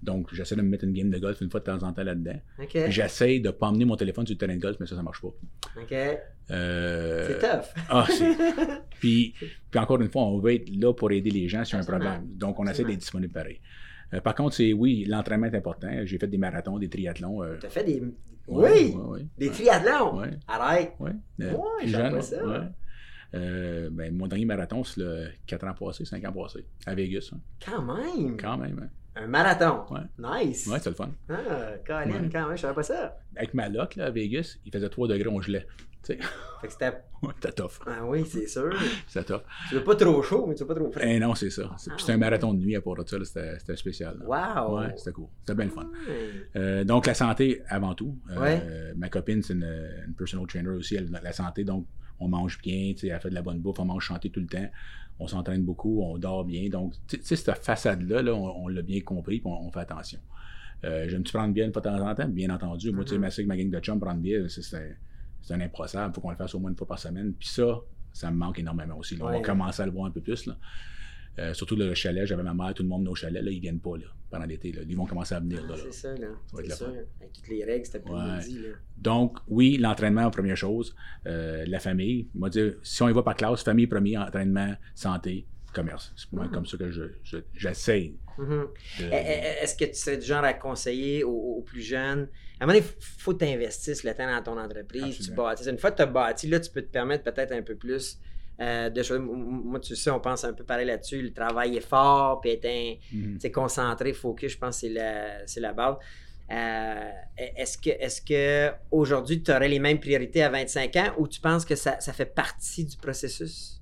Donc, j'essaie de me mettre une game de golf une fois de temps en temps là-dedans. OK. Puis j'essaie de ne pas emmener mon téléphone sur le terrain de golf, mais ça marche pas. OK. C'est tough. Puis encore une fois, on veut être là pour aider les gens s'il y a un problème. Donc, on essaie d'être disponible pareil. Par contre, l'entraînement est important. J'ai fait des marathons, des triathlons. T'as fait des... Oui! Des triathlons? Oui. Arrête! Oui. J'aime pas ça. Ouais. Mon dernier marathon, c'est 4 ans passés, 5 ans passés, à Vegas. Hein. Quand même! Hein. Un marathon? Ouais. Nice! Ouais, c'est le fun. Colin, quand même, je savais pas ça. Avec ma loc, là, à Vegas, il faisait 3 degrés, on gelait. Fait que c'était... C'était tough. Ah oui, c'est sûr. C'était tough. Tu veux pas trop chaud, mais tu veux pas trop frais. Non, c'est ça. C'était un marathon de nuit à part de ça, là, c'était spécial. Là. Wow! Ouais, c'était cool. C'était bien le fun. Donc, la santé avant tout. Ma copine, c'est une personal trainer aussi, la santé, donc on mange bien, elle fait de la bonne bouffe, on mange chanter tout le temps, on s'entraîne beaucoup, on dort bien. Donc, tu sais, cette façade-là, là, on l'a bien compris, puis on fait attention. J'aime-tu prendre bien de temps en temps? Bien entendu. Moi, tu sais, ma gang de chum, prendre bien, c'est un improcessable. Il faut qu'on le fasse au moins une fois par semaine. Puis ça me manque énormément aussi. Là. On va commencer à le voir un peu plus. Là. Surtout le chalet, j'avais ma mère, tout le monde au chalet, là, ils viennent pas là, pendant l'été. Là. Ils vont commencer à venir. Là. C'est ça, là. Ça c'est sûr. Avec toutes les règles, c'était pas dit. Là. Donc, oui, l'entraînement, première chose. La famille. Moi, dire, si on y va par classe, famille premier, entraînement, santé, commerce. C'est pour moi comme ça que j'essaye. Est-ce que tu serais du genre à conseiller aux plus jeunes? À un moment donné, il faut que tu investisses le temps dans ton entreprise. Absolument. Tu bâtis. Une fois que tu as bâti, là, tu peux te permettre peut-être un peu plus de choses. Moi, tu sais, on pense un peu pareil là-dessus. Le travail est fort, puis être concentré, focus, je pense que c'est la base. Est-ce que aujourd'hui, tu aurais les mêmes priorités à 25 ans ou tu penses que ça fait partie du processus?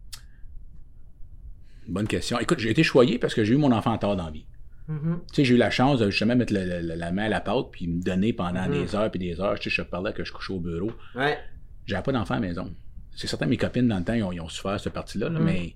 Bonne question. Écoute, j'ai été choyé parce que j'ai eu mon enfant tard dans la vie. Tu sais, j'ai eu la chance de justement mettre la main à la pâte puis me donner pendant des heures puis des heures. Tu sais, je parlais que je couchais au bureau. Ouais. J'avais pas d'enfant à la maison. C'est certain, mes copines dans le temps, ils ont souffert cette partie-là, là, mais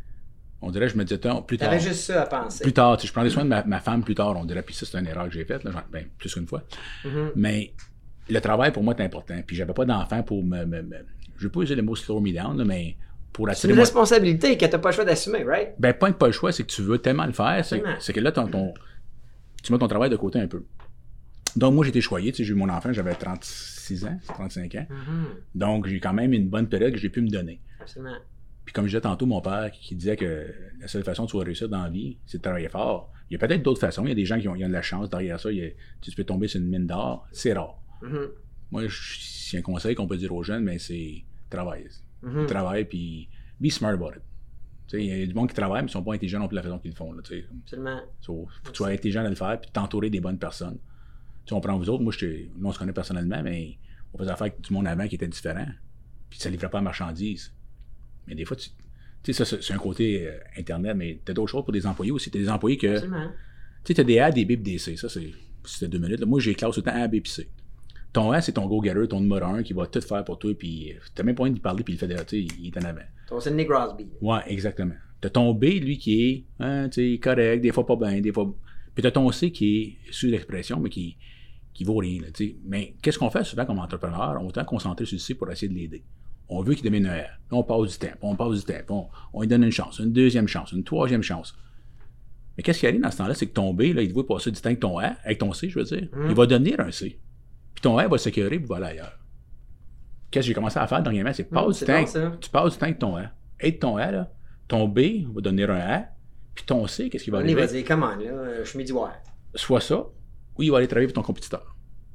on dirait, je me disais, plus tard. T'avais juste ça à penser. Plus tard, tu sais, je prendrais soin de ma femme plus tard, on dirait, puis ça, c'est une erreur que j'ai faite, là, plus qu'une fois. Mais le travail, pour moi, est important. Puis j'avais pas d'enfant pour je vais pas user le mot slow me down, là, mais pour attirer. C'est une responsabilité que t'as pas le choix d'assumer, right? Ben, pas le choix, c'est que tu veux tellement le faire. C'est que là, tu mets ton travail de côté un peu. Donc, moi, j'ai été choyé. Tu sais, j'ai eu mon enfant, j'avais 36 ans, 35 ans. Donc, j'ai quand même une bonne période que j'ai pu me donner. Absolument. Puis, comme je disais tantôt, mon père qui disait que la seule façon de réussir dans la vie, c'est de travailler fort. Il y a peut-être d'autres façons. Il y a des gens qui ont de la chance derrière ça. Tu peux tomber sur une mine d'or. C'est rare. Moi, c'est un conseil qu'on peut dire aux jeunes, mais c'est travailler. Travaille, puis be smart about it. Il y a du monde qui travaille, mais ils ne sont pas intelligents non plus de la façon qu'ils le font. Là, absolument. Faut que tu sois intelligent de le faire, puis t'entourer des bonnes personnes. T'sais, on prend vous autres, moi, nous, on se connaît personnellement, mais on faisait affaire avec du monde avant qui était différent, puis ça ne livrait pas la marchandise. Mais des fois, tu sais, ça, c'est un côté Internet, mais tu as d'autres choses pour des employés aussi. Tu as des employés que. Absolument. Tu sais, tu as des A, des B, des C. Ça, c'était 2 minutes. Là. Moi, j'ai classe tout le temps A, B, puis C. Ton A, c'est ton go-getter, ton numéro 1 qui va tout faire pour toi, puis t'as même pas envie de parler, puis il le fait, tu sais, il est en avant. Ton Sidney Crosby. Ouais, exactement. T'as ton B, lui, qui est, tu sais, correct, des fois pas bien, des fois. Puis t'as ton C qui est, sur l'expression, mais qui vaut rien, tu sais. Mais qu'est-ce qu'on fait souvent comme entrepreneur? On est autant concentré sur le C pour essayer de l'aider. On veut qu'il devienne un A. Là, on passe du temps, on lui donne une chance, une deuxième chance, une troisième chance. Mais qu'est-ce qui arrive dans ce temps-là? C'est que ton B, là, il doit passer du temps avec ton A, avec ton C, je veux dire. Il va devenir un C. Puis ton A va s'écœurer et va aller ailleurs. Qu'est-ce que j'ai commencé à faire dernièrement? C'est tu passes du temps avec ton A. Aide ton A, là. Ton B va devenir un A. Puis ton C, qu'est-ce qu'il va arriver? Il va dire, comment, là, je suis midi-wire. Soit ça, ou il va aller travailler pour ton compétiteur.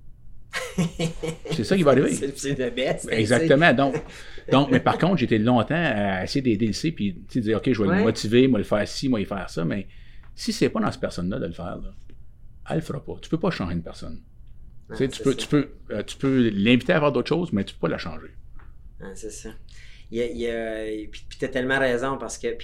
C'est ça qui va arriver. C'est le best. Exactement. Donc, mais par contre, j'étais longtemps à essayer d'aider le C, puis dire, OK, je vais le motiver, moi le faire ci, moi le faire ça, mais si c'est pas dans cette personne-là de le faire, là, elle le fera pas. Tu peux pas changer une personne. Non, tu peux l'inviter à faire d'autres choses, mais tu peux pas la changer. Non, c'est ça. Puis tu as tellement raison parce que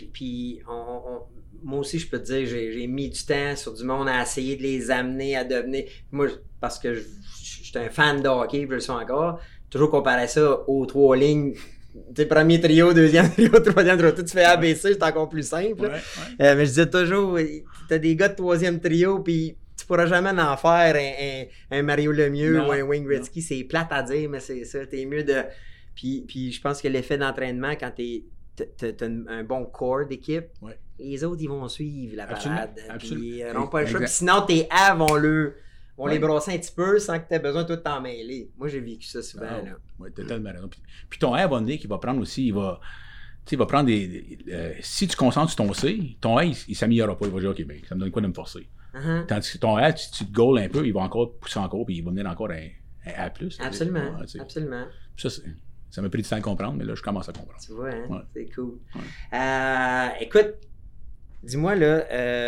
moi aussi, je peux te dire, j'ai mis du temps sur du monde à essayer de les amener à devenir. Moi, parce que je suis un fan de hockey, puis je le suis encore, toujours comparer ça aux 3 lignes. Tu sais, premier trio, deuxième trio, troisième trio. Tu fais ABC, c'est encore plus simple. Ouais. Mais je disais toujours, tu as des gars de troisième trio, puis tu pourras jamais en faire un Mario Lemieux ou un Wayne Gretzky. C'est plate à dire, mais c'est ça. T'es mieux de. Puis je pense que l'effet d'entraînement, quand t'as un bon corps d'équipe, les autres, ils vont suivre la parade. Absolument. Puis ils n'auront pas le choix. Puis sinon, tes A vont les brosser un petit peu sans que tu aies besoin de t'en mêler. Moi, j'ai vécu ça souvent. Oui, t'as tellement raison. Puis ton A, va qu'il va prendre aussi, il va prendre si tu concentres sur ton C, ton A, il s'améliorera pas. Il va dire, OK, ben, ça me donne quoi de me forcer? Tandis que ton A, tu te goals un peu, il va encore pousser encore, puis il va venir encore un A+. Absolument. Absolument. Ça m'a pris du temps à comprendre, mais là, je commence à comprendre. Tu vois, hein? Ouais. C'est cool. Ouais. Écoute, dis-moi, là,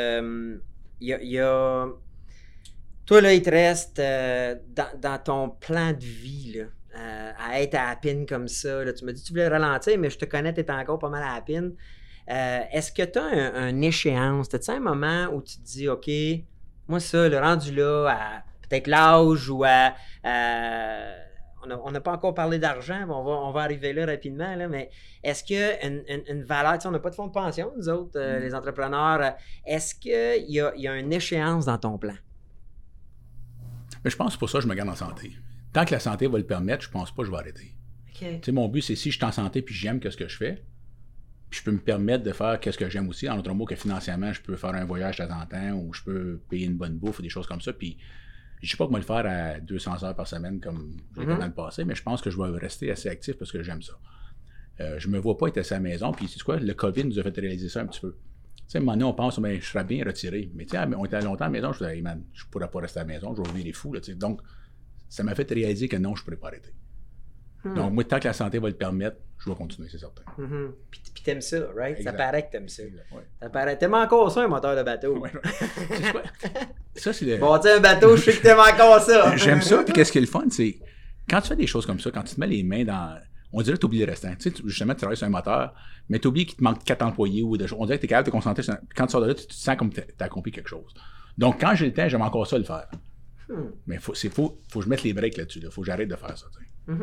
y a... Toi, là, il te reste dans ton plan de vie, là, à être à la pin comme ça. Là, tu m'as dit que tu voulais ralentir, mais je te connais, tu es encore pas mal à la pin. Est-ce que tu as un échéance? T'as-tu un moment où tu te dis, OK, moi, ça, le rendu là, à peut-être l'âge ou à on n'a pas encore parlé d'argent, mais on va arriver là rapidement, là, mais est-ce qu'une valeur, on n'a pas de fonds de pension, nous autres, les entrepreneurs, est-ce qu'il y a une échéance dans ton plan? Mais je pense que pour ça, je me garde en santé. Tant que la santé va le permettre, je pense pas que je vais arrêter. Okay. Mon but, c'est si je suis en santé puis j'aime ce que je fais, puis je peux me permettre de faire ce que j'aime aussi. En d'autres mots, que financièrement, je peux faire un voyage de temps en temps ou je peux payer une bonne bouffe ou des choses comme ça. Puis je ne sais pas comment le faire à 200 heures par semaine comme j'ai fait dans le passé, mais je pense que je vais rester assez actif parce que j'aime ça. Je me vois pas être assis à la maison. Puis, c'est quoi, le COVID nous a fait réaliser ça un petit peu. Tu sais, à un moment donné, on pense, ben, je serais bien retiré. Mais tu sais, on était longtemps à la maison, je me disais, hey, man, je pourrais pas rester à la maison, je vais virer fou. Là, donc, ça m'a fait réaliser que non, je pourrais pas arrêter. Donc, moi, tant que la santé va le permettre, je vais continuer, c'est certain. Puis t'aimes ça, right? Exact. Ça paraît que t'aimes ça. Ouais. Ça paraît. T'aimes encore ça, un moteur de bateau. Ouais. C'est quoi? Ça, c'est le... Bon, tu sais, un bateau, je sais que t'aimes encore ça. J'aime ça, puis qu'est-ce qui est le fun, c'est quand tu fais des choses comme ça, quand tu te mets les mains dans... On dirait que tu oublies le restant. Tu sais, justement, tu travailles sur un moteur, mais tu oublies qu'il te manque 4 employés ou des choses. On dirait que tu es capable de te concentrer sur... Quand tu sors de là, tu te sens comme tu as accompli quelque chose. Donc, quand j'ai le temps, j'aime encore ça le faire. Mais faut que je mette les breaks là-dessus. Faut que j'arrête de faire ça.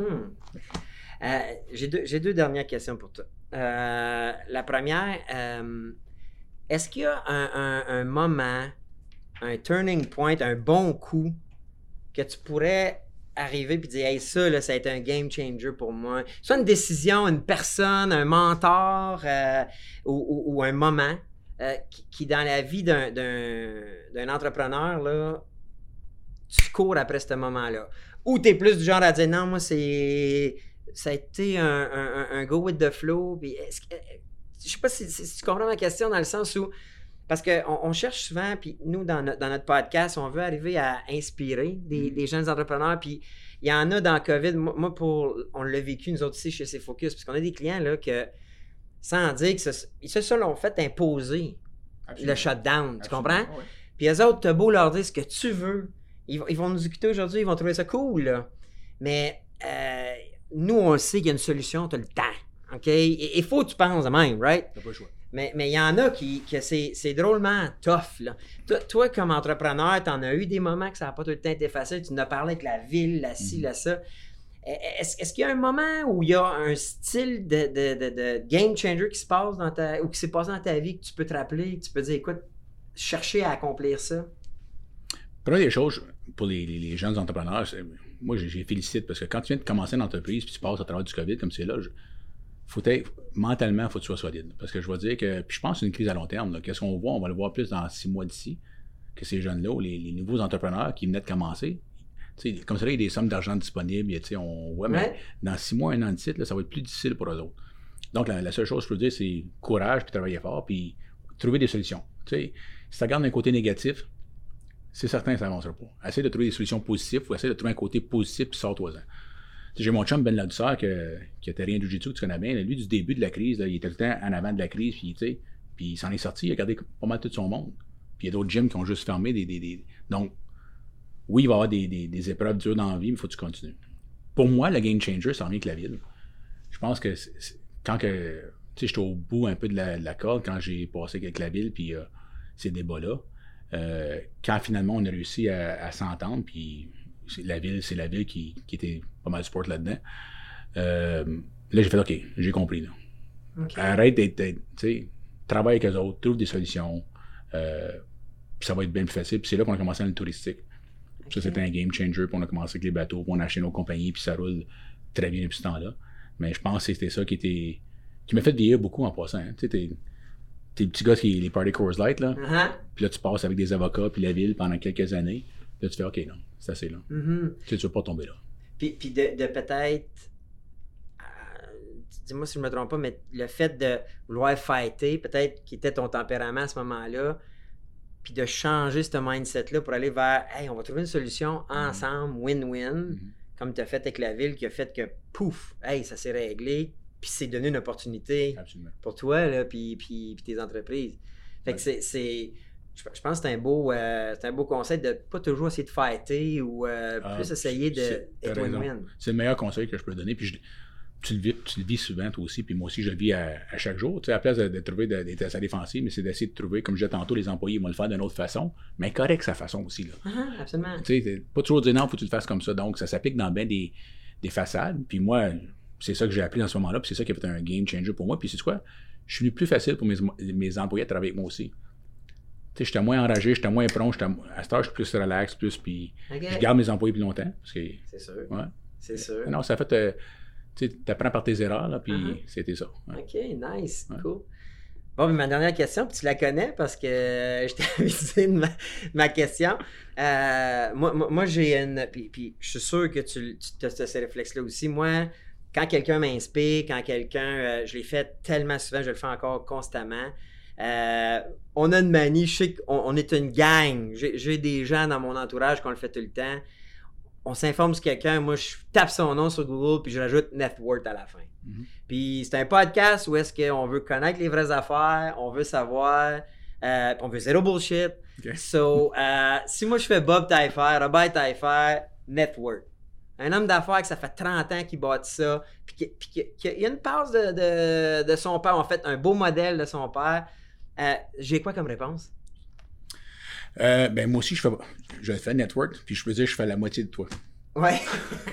J'ai deux dernières questions pour toi. La première, est-ce qu'il y a un moment, un turning point, un bon coup que tu pourrais arriver et dire hey, ça, là, ça a été un game changer pour moi? Soit une décision, une personne, un mentor ou un moment qui dans la vie d'un entrepreneur, là, tu cours après ce moment-là. Ou tu es plus du genre à dire non, moi, ça a été un go with the flow. Puis je sais pas si tu comprends ma question dans le sens où, parce qu'on cherche souvent, puis nous, dans notre podcast, on veut arriver à inspirer des jeunes entrepreneurs. Puis il y en a dans COVID, moi on l'a vécu, nous autres aussi, chez C-Focus, parce qu'on a des clients là, que, sans dire ils se sont fait imposer le shutdown. Tu comprends? Ouais. Puis eux autres, t'as beau leur dire ce que tu veux. Ils vont nous écouter aujourd'hui, ils vont trouver ça cool, là. Mais nous, on sait qu'il y a une solution, tu as le temps. OK? Il faut que tu penses de même, right? T'as pas le choix. Mais il y en a que c'est drôlement tough, là. Toi, comme entrepreneur, tu en as eu des moments que ça n'a pas tout le temps été facile. Tu en as parlé avec la ville, la ci, la ça. Est-ce qu'il y a un moment où il y a un style de game changer qui se passe ou qui s'est passé dans ta vie que tu peux te rappeler, que tu peux dire, écoute, chercher à accomplir ça? Première des choses, pour les jeunes entrepreneurs, moi, j'ai félicite parce que quand tu viens de commencer une entreprise puis tu passes à travers du COVID comme c'est là, mentalement, il faut que tu sois solide. Parce que je vais dire que, puis je pense que c'est une crise à long terme. Là. Qu'est-ce qu'on voit? On va le voir plus dans 6 mois d'ici, que ces jeunes-là, ou les nouveaux entrepreneurs qui venaient de commencer, comme ça, là, il y a des sommes d'argent disponibles, on voit, mais dans 6 mois, 1 an de site, là, ça va être plus difficile pour eux autres. Donc, la seule chose que je peux dire, c'est courage, puis travailler fort, puis trouver des solutions. Si tu regardes un côté négatif, c'est certain que ça n'avancera pas. Essaye de trouver des solutions positives ou essaye de trouver un côté positif puis sors-toi-en. J'ai mon chum Ben Ladouceur qui était rien du jiu-jitsu que tu connais bien. Lui, du début de la crise, là, il était tout le temps en avant de la crise, puis il s'en est sorti, il a gardé pas mal tout son monde. Puis il y a d'autres gyms qui ont juste fermé. Donc, oui, il va y avoir des épreuves dures dans la vie, mais il faut que tu continues. Pour moi, le game changer, ça en vient avec la ville. Je pense que quand j'étais au bout un peu de la corde, quand j'ai passé avec la ville, puis ces débats-là, quand finalement on a réussi à s'entendre, puis c'est la ville qui était pas mal sport là-dedans, là j'ai fait OK, j'ai compris. Là. Okay. Arrête d'être, travaille avec eux autres, trouve des solutions, puis ça va être bien plus facile. Puis c'est là qu'on a commencé dans le touristique. Okay. Ça, c'était un game changer, puis on a commencé avec les bateaux, puis on a acheté nos compagnies, puis ça roule très bien depuis ce temps-là. Mais je pense que c'était ça qui m'a fait vieillir beaucoup en passant. Hein. t'es le petit gars qui les party Coors Light, là. Uh-huh. Puis là, tu passes avec des avocats, puis la ville pendant quelques années. Là, tu fais, OK, non, c'est assez là. Tu veux pas tomber là. Puis de peut-être, dis-moi si je me trompe pas, mais le fait de vouloir fighter, peut-être qui était ton tempérament à ce moment-là, puis de changer ce mindset-là pour aller vers, hey, on va trouver une solution ensemble, win-win, comme tu as fait avec la ville, qui a fait que, pouf, hey, ça s'est réglé, puis c'est devenu une opportunité pour toi, là, puis tes entreprises. Fait que je pense que c'est un beau conseil de pas toujours essayer de fighter ou plus essayer d'être win-win. C'est le meilleur conseil que je peux donner. Puis tu le vis souvent, toi aussi, puis moi aussi, je le vis à chaque jour. Tu sais, à la place de trouver des tests à défensive, mais c'est d'essayer de trouver, comme je disais tantôt, les employés vont le faire d'une autre façon, mais correct sa façon aussi. Là. Absolument. Tu sais, pas toujours dire non, faut que tu le fasses comme ça. Donc, ça s'applique dans bien des façades. Puis moi, c'est ça que j'ai appris dans ce moment-là, puis c'est ça qui a fait un game changer pour moi. Puis c'est quoi? Je suis devenu plus facile pour mes employés de travailler avec moi aussi. Tu sais, j'étais moins enragé, j'étais moins prompt, à cette heure, je suis plus relax, puis je garde mes employés plus longtemps. Parce que, c'est sûr. Ouais. C'est sûr. Non, ça fait... tu apprends par tes erreurs, là, puis c'était ça. Ouais. OK, nice, cool. Bon, mais ma dernière question, puis tu la connais parce que je t'ai avisé de ma question. Moi j'ai une... Puis je suis sûr que tu as ces réflexes-là aussi. Moi, quand quelqu'un m'inspire, quand quelqu'un... je l'ai fait tellement souvent, je le fais encore constamment. On a une manie, je sais qu'on est une gang. J'ai des gens dans mon entourage qu'on le fait tout le temps. On s'informe sur quelqu'un, moi je tape son nom sur Google puis je rajoute net worth à la fin. Puis c'est un podcast où est-ce qu'on veut connaître les vraies affaires, on veut savoir, on veut zéro bullshit. Okay. So, si moi je fais Bob Taillefer, Robert Taillefer, net worth. Un homme d'affaires que ça fait 30 ans qu'il bâtit ça, puis qu'il y a une passe de son père, en fait, un beau modèle de son père. J'ai quoi comme réponse? Ben moi aussi, je fais network, puis je peux dire que je fais la moitié de toi. Ouais.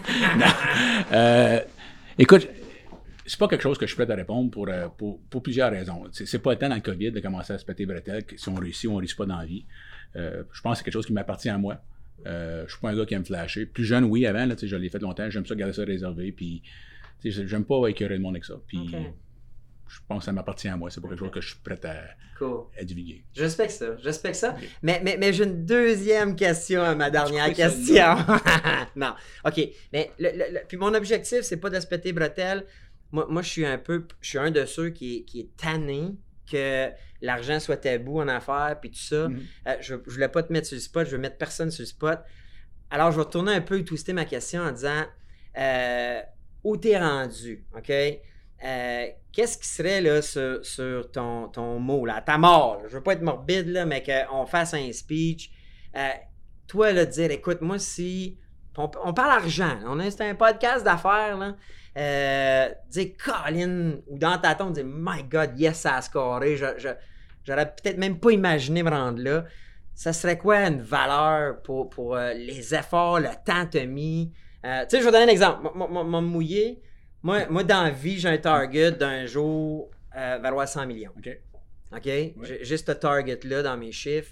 Écoute, c'est pas quelque chose que je suis prêt à répondre pour plusieurs raisons. C'est pas le temps dans le COVID de commencer à se péter bretelles, si on réussit ou on réussit pas dans la vie. Je pense que c'est quelque chose qui m'appartient à moi. Je suis pas un gars qui aime flasher. Plus jeune, oui, avant, là, je l'ai fait longtemps, j'aime ça garder ça réservé, puis j'aime pas écœurer le monde avec ça. Puis je pense que ça m'appartient à moi. C'est pas quelque chose que je suis prêt à divulguer. Je respecte ça. Okay. Mais j'ai une deuxième question à ma dernière question. Non. OK. Mais puis mon objectif, c'est pas de se péter bretelles. Moi, je suis un de ceux qui est tanné que l'argent soit tabou en affaires puis tout ça. Je voulais pas te mettre sur le spot, je veux mettre personne sur le spot. Alors, je vais tourner un peu et twister ma question en disant où t'es rendu, OK? Qu'est-ce qui serait là, sur ton mot, là, à ta mort? Là. Je veux pas être morbide, là, mais qu'on fasse un speech. Toi, là, dire, écoute, moi, si... On parle argent. C'est un podcast d'affaires, là. Dire Colin, ou dans ta tête, dire My God, yes, ça a scoré. J'aurais peut-être même pas imaginé me rendre là. Ça serait quoi une valeur pour les efforts, le temps que tu as mis? Tu sais, je vais donner un exemple. M'a mouillé. Moi, dans la vie, j'ai un target d'un jour valoir 100 millions. OK? Ouais. J'ai ce target-là dans mes chiffres.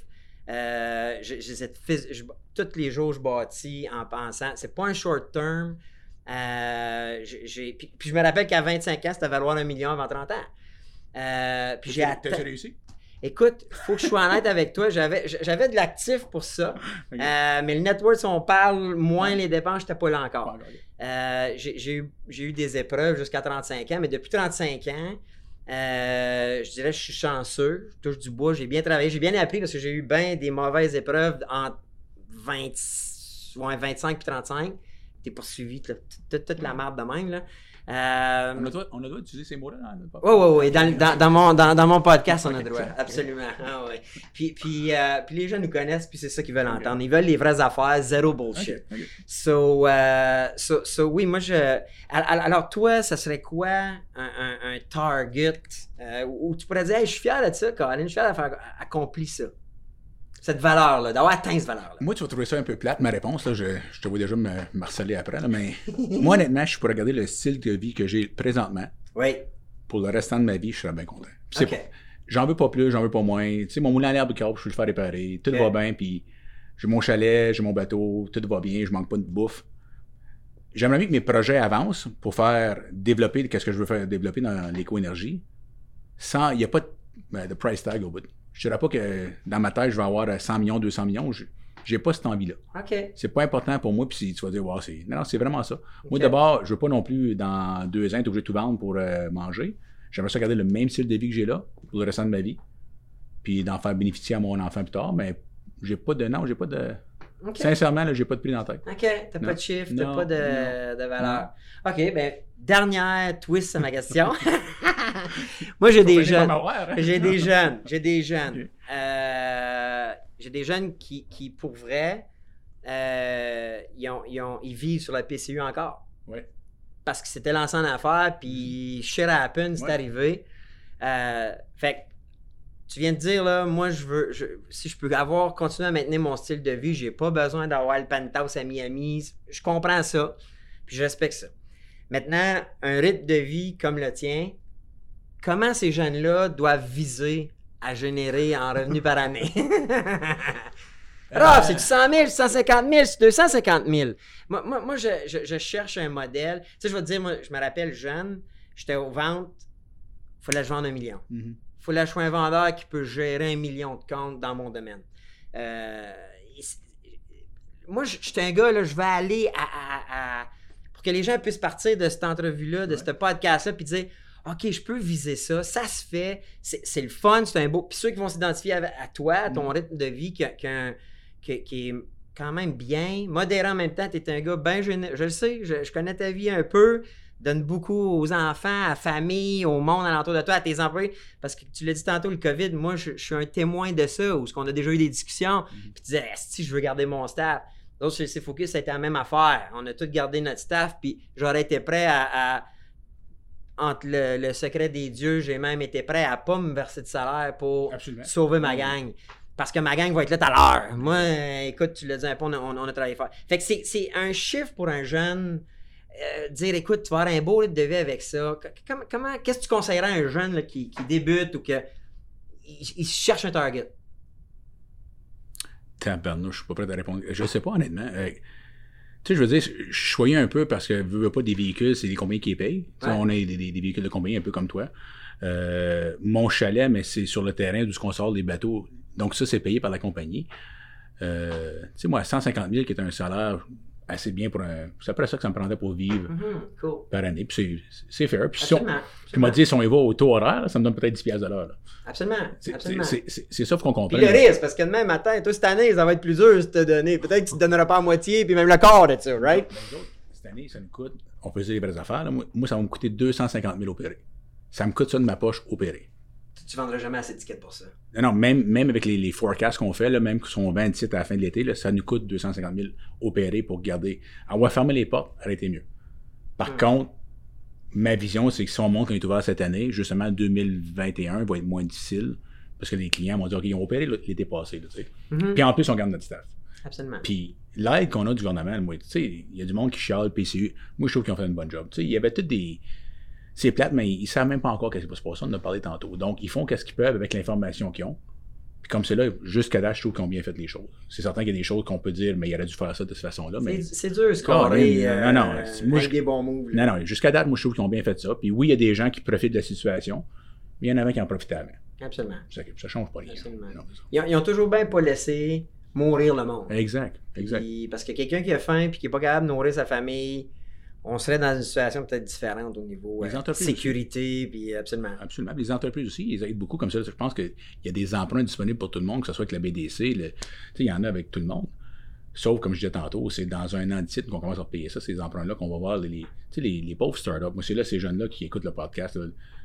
Tous les jours, je bâtis en pensant. C'est pas un short term. Puis je me rappelle qu'à 25 ans, c'était valoir 1 million avant 30 ans. Puis j'ai atteint. T'as réussi? Écoute, il faut que je sois honnête avec toi. J'avais de l'actif pour ça. Okay. Mais le net worth, si on parle moins les dépenses, je n'étais pas là encore. J'ai eu des épreuves jusqu'à 35 ans, mais depuis 35 ans, je dirais que je suis chanceux. Je touche du bois, j'ai bien travaillé, j'ai bien appris parce que j'ai eu bien des mauvaises épreuves entre 25 et 35. T'es poursuivi, toute la merde de même, là. On a le droit d'utiliser ces mots-là dans le podcast? Oui. Dans mon podcast, on a le droit. Absolument. Ah, ouais. Puis les gens nous connaissent, puis c'est ça qu'ils veulent entendre. Ils veulent les vraies affaires, zéro bullshit. Okay. So, oui, moi, alors, toi, ça serait quoi un target où tu pourrais dire, hey, je suis fier de ça, Colin, je suis fier d'avoir accompli ça? Cette valeur-là, d'avoir atteint cette valeur-là. Moi, tu vas trouver ça un peu plate, ma réponse. Là, je te vois déjà me harceler après. Là, mais moi, honnêtement, je pourrais regarder le style de vie que j'ai présentement. Oui. Pour le restant de ma vie, je serais bien content. J'en veux pas plus, j'en veux pas moins. Tu sais, mon moulin à l'herbe, je peux le faire réparer. Tout va bien, puis j'ai mon chalet, j'ai mon bateau, tout va bien, je manque pas de bouffe. J'aimerais bien que mes projets avancent pour faire développer ce que je veux faire développer dans l'éco-énergie. Il n'y a pas de price tag au bout. Je dirais pas que dans ma tête, je vais avoir 100 millions, 200 millions. J'ai pas cette envie-là. OK. C'est pas important pour moi, puis tu vas dire, wow, non, c'est vraiment ça. Moi, d'abord, je veux pas non plus, dans 2 ans, être obligé de tout vendre pour manger. J'aimerais ça garder le même style de vie que j'ai là pour le restant de ma vie, puis d'en faire bénéficier à mon enfant plus tard, mais j'ai pas de... Okay. Sincèrement, là, j'ai pas de prix dans la tête. OK, t'as pas de chiffre, t'as pas de valeur. Non. OK, ben, dernière twist à ma question. Moi, j'ai des jeunes. J'ai des jeunes. J'ai des jeunes. J'ai des jeunes qui pour vrai, ils vivent sur la PCU encore. Oui. Parce que c'était lancé en affaires, puis shit happen, c'est arrivé. Fait que, tu viens de dire, là, moi, si je peux continuer à maintenir mon style de vie, j'ai pas besoin d'avoir le penthouse à Miami. Je comprends ça, puis je respecte ça. Maintenant, un rythme de vie comme le tien, comment ces jeunes-là doivent viser à générer en revenus par année? Rob, c'est-tu 100 000, 150 000, c'est 250 000? Moi je cherche un modèle. Tu sais, je vais te dire, moi, je me rappelle jeune, j'étais aux ventes, il fallait que je vende 1 million. Mm-hmm. Il faut que je sois un vendeur qui peut gérer 1 million de comptes dans mon domaine. Moi, je suis un gars, là, je vais aller pour que les gens puissent partir de cette entrevue-là, de ce podcast-là, puis dire, OK, je peux viser ça, ça se fait, c'est le fun, c'est un beau... Puis ceux qui vont s'identifier à toi, à ton rythme de vie qui est quand même bien, modéré en même temps, tu es un gars bien je le sais, je connais ta vie un peu, donne beaucoup aux enfants, à la famille, au monde alentour de toi, à tes employés. Parce que tu l'as dit tantôt, le COVID, moi, je suis un témoin de ça, où on a déjà eu des discussions. Puis tu disais, si je veux garder mon staff. Donc, chez Focus, ça a été la même affaire. On a tous gardé notre staff, puis j'aurais été prêt entre le secret des dieux, j'ai même été prêt à pas me verser de salaire pour sauver ma gang. Parce que ma gang va être là tout à l'heure. Moi, écoute, tu l'as dit un peu, on a travaillé fort. Fait que c'est un chiffre pour un jeune... dire, écoute, tu vas avoir un beau rythme de vie avec ça. Qu'est-ce que tu conseillerais à un jeune là, qui débute ou il cherche un target? Tabarnouche, je suis pas prêt à répondre. Je sais pas, honnêtement. Tu sais, je veux dire, je choyais un peu parce que je veux pas des véhicules, c'est des compagnies qui les payent. Ouais. On a des véhicules de compagnie un peu comme toi. Mon chalet, mais c'est sur le terrain d'où on sort des bateaux. Donc ça, c'est payé par la compagnie. Tu sais, moi, 150 000 qui est un salaire... assez bien pour un... C'est après ça que ça me prendrait pour vivre par année. Puis c'est fair. Puis tu m'as dit, si on y va au taux horaire, là, ça me donne peut-être 10$ de l'heure. Absolument. C'est ça qu'on comprenne. Puis le risque, parce que demain matin, toi, cette année, ça va être plus dur de te donner. Peut-être que tu te donneras pas à moitié, puis même le quart de ça, right? Ben, cette année, ça nous coûte... On peut dire les vraies affaires. Là. Moi, ça va me coûter 250 000 opérés. Ça me coûte ça de ma poche opérée. Tu vendras jamais assez d'étiquettes pour ça. Non, même avec les forecasts qu'on fait, là, même qu'ils sont 20 titres à la fin de l'été, là, ça nous coûte 250 000 opérés pour garder. On va fermer les portes, arrêter mieux. Par contre, ma vision, c'est que si on montre qu'on est ouvert cette année, justement, 2021 va être moins difficile parce que les clients vont dire qu'ils ont opéré l'été passé. Là, Puis en plus, on garde notre staff. Absolument. Puis l'aide qu'on a du gouvernement, moi, tu sais, il y a du monde qui chiale PCU. Moi, je trouve qu'ils ont fait une bonne job. Tu sais, il y avait toutes des... C'est plate, mais ils ne savent même pas encore qu'est-ce qui va se passer. On en a parlé tantôt. Donc, ils font ce qu'ils peuvent avec l'information qu'ils ont. Puis comme c'est là, jusqu'à date, je trouve qu'ils ont bien fait les choses. C'est certain qu'il y a des choses qu'on peut dire, mais il aurait dû faire ça de cette façon-là. Mais... C'est dur, scorer avec des bons moves. Non, jusqu'à date, moi, je trouve qu'ils ont bien fait ça. Puis oui, il y a des gens qui profitent de la situation, mais il y en avait qui en profitaient avant. Absolument. Ça ne change pas rien. Absolument. Non, ils ont toujours bien pas laissé mourir le monde. Exact. Puis, parce que quelqu'un qui a faim et qui n'est pas capable de nourrir sa famille... On serait dans une situation peut-être différente au niveau sécurité, puis absolument. Absolument. Les entreprises aussi, ils aident beaucoup comme ça. Je pense qu'il y a des emprunts disponibles pour tout le monde, que ce soit avec la BDC, il y en a avec tout le monde. Sauf, comme je disais tantôt, c'est dans un an de titre qu'on commence à payer ça, ces emprunts-là, qu'on va voir les pauvres startups. Moi, c'est là ces jeunes-là qui écoutent le podcast.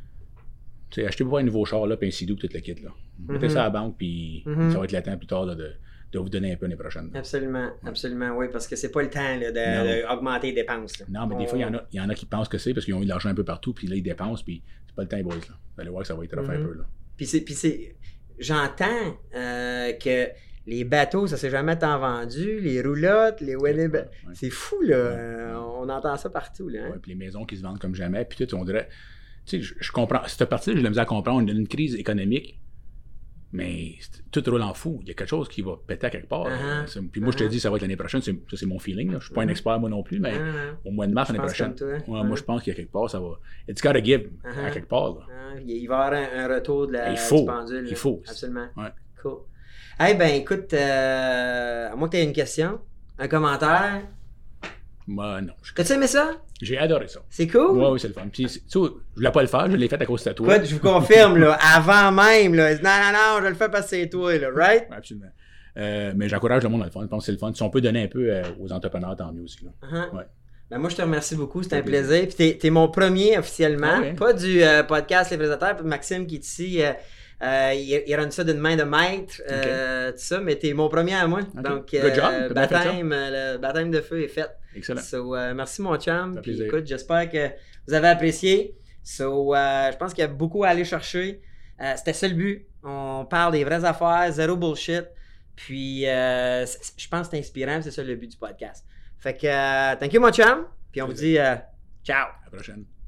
Achetez pas un nouveau char, là, puis un sidou, tout le kit. Là. Mettez ça à la banque, puis ça va être le temps plus tard là, de vous donner un peu l'année prochaine. Absolument, oui, parce que c'est pas le temps d'augmenter les dépenses. Là. Non, mais des fois, il y en a qui pensent que c'est parce qu'ils ont eu de l'argent un peu partout, puis là, ils dépensent, puis c'est pas le temps, les boys. Là. Vous allez voir que ça va être rough un peu. Là. Puis j'entends que les bateaux, ça s'est jamais tant vendu, les roulottes, les wedding... C'est fou, là. On entend ça partout, là. Oui, puis les maisons qui se vendent comme jamais, puis tout, on dirait... Tu sais, je comprends. Cette partie-là, je l'ai mis à comprendre. On a une crise économique. Mais tout roule en fou. Il y a quelque chose qui va péter à quelque part. Puis moi, je te dis, ça va être l'année prochaine. Ça, c'est mon feeling. Là. Je suis pas un expert, moi non plus, mais au mois de mars, l'année prochaine. Moi, je pense qu'il y a quelque part, ça va. It's gotta give à quelque part. Là. Il va y avoir un retour de la du pendule. Il faut. Absolument. Ouais. Cool. Ben écoute, à moins que tu aies une question, un commentaire. Moi, non. T'as-tu aimé ça? J'ai adoré ça. C'est cool? Oui, c'est le fun. Puis, je voulais pas le faire, je l'ai fait à cause de toi. Écoute, je vous confirme, là, avant même, là, non, je le fais parce que c'est toi, là, right? Absolument. Mais j'encourage le monde à le faire. Je pense que c'est le fun. Si on peut donner un peu aux entrepreneurs, tant mieux aussi. Là. Ouais. Ben moi, je te remercie beaucoup. C'était un plaisir. Puis t'es mon premier officiellement. Pas du podcast Les Vrais Affaires. Puis Maxime qui est ici, il rend ça d'une main de maître. Tout ça, mais t'es mon premier à moi. Donc, le baptême de feu est fait. Excellent. So, merci mon chum. Puis écoute, j'espère que vous avez apprécié. So, je pense qu'il y a beaucoup à aller chercher. C'était ça le but. On parle des vraies affaires, zéro bullshit. Puis, je pense que c'est inspirant. C'est ça le but du podcast. Fait que, thank you mon chum. Puis on vous dit ciao. À la prochaine.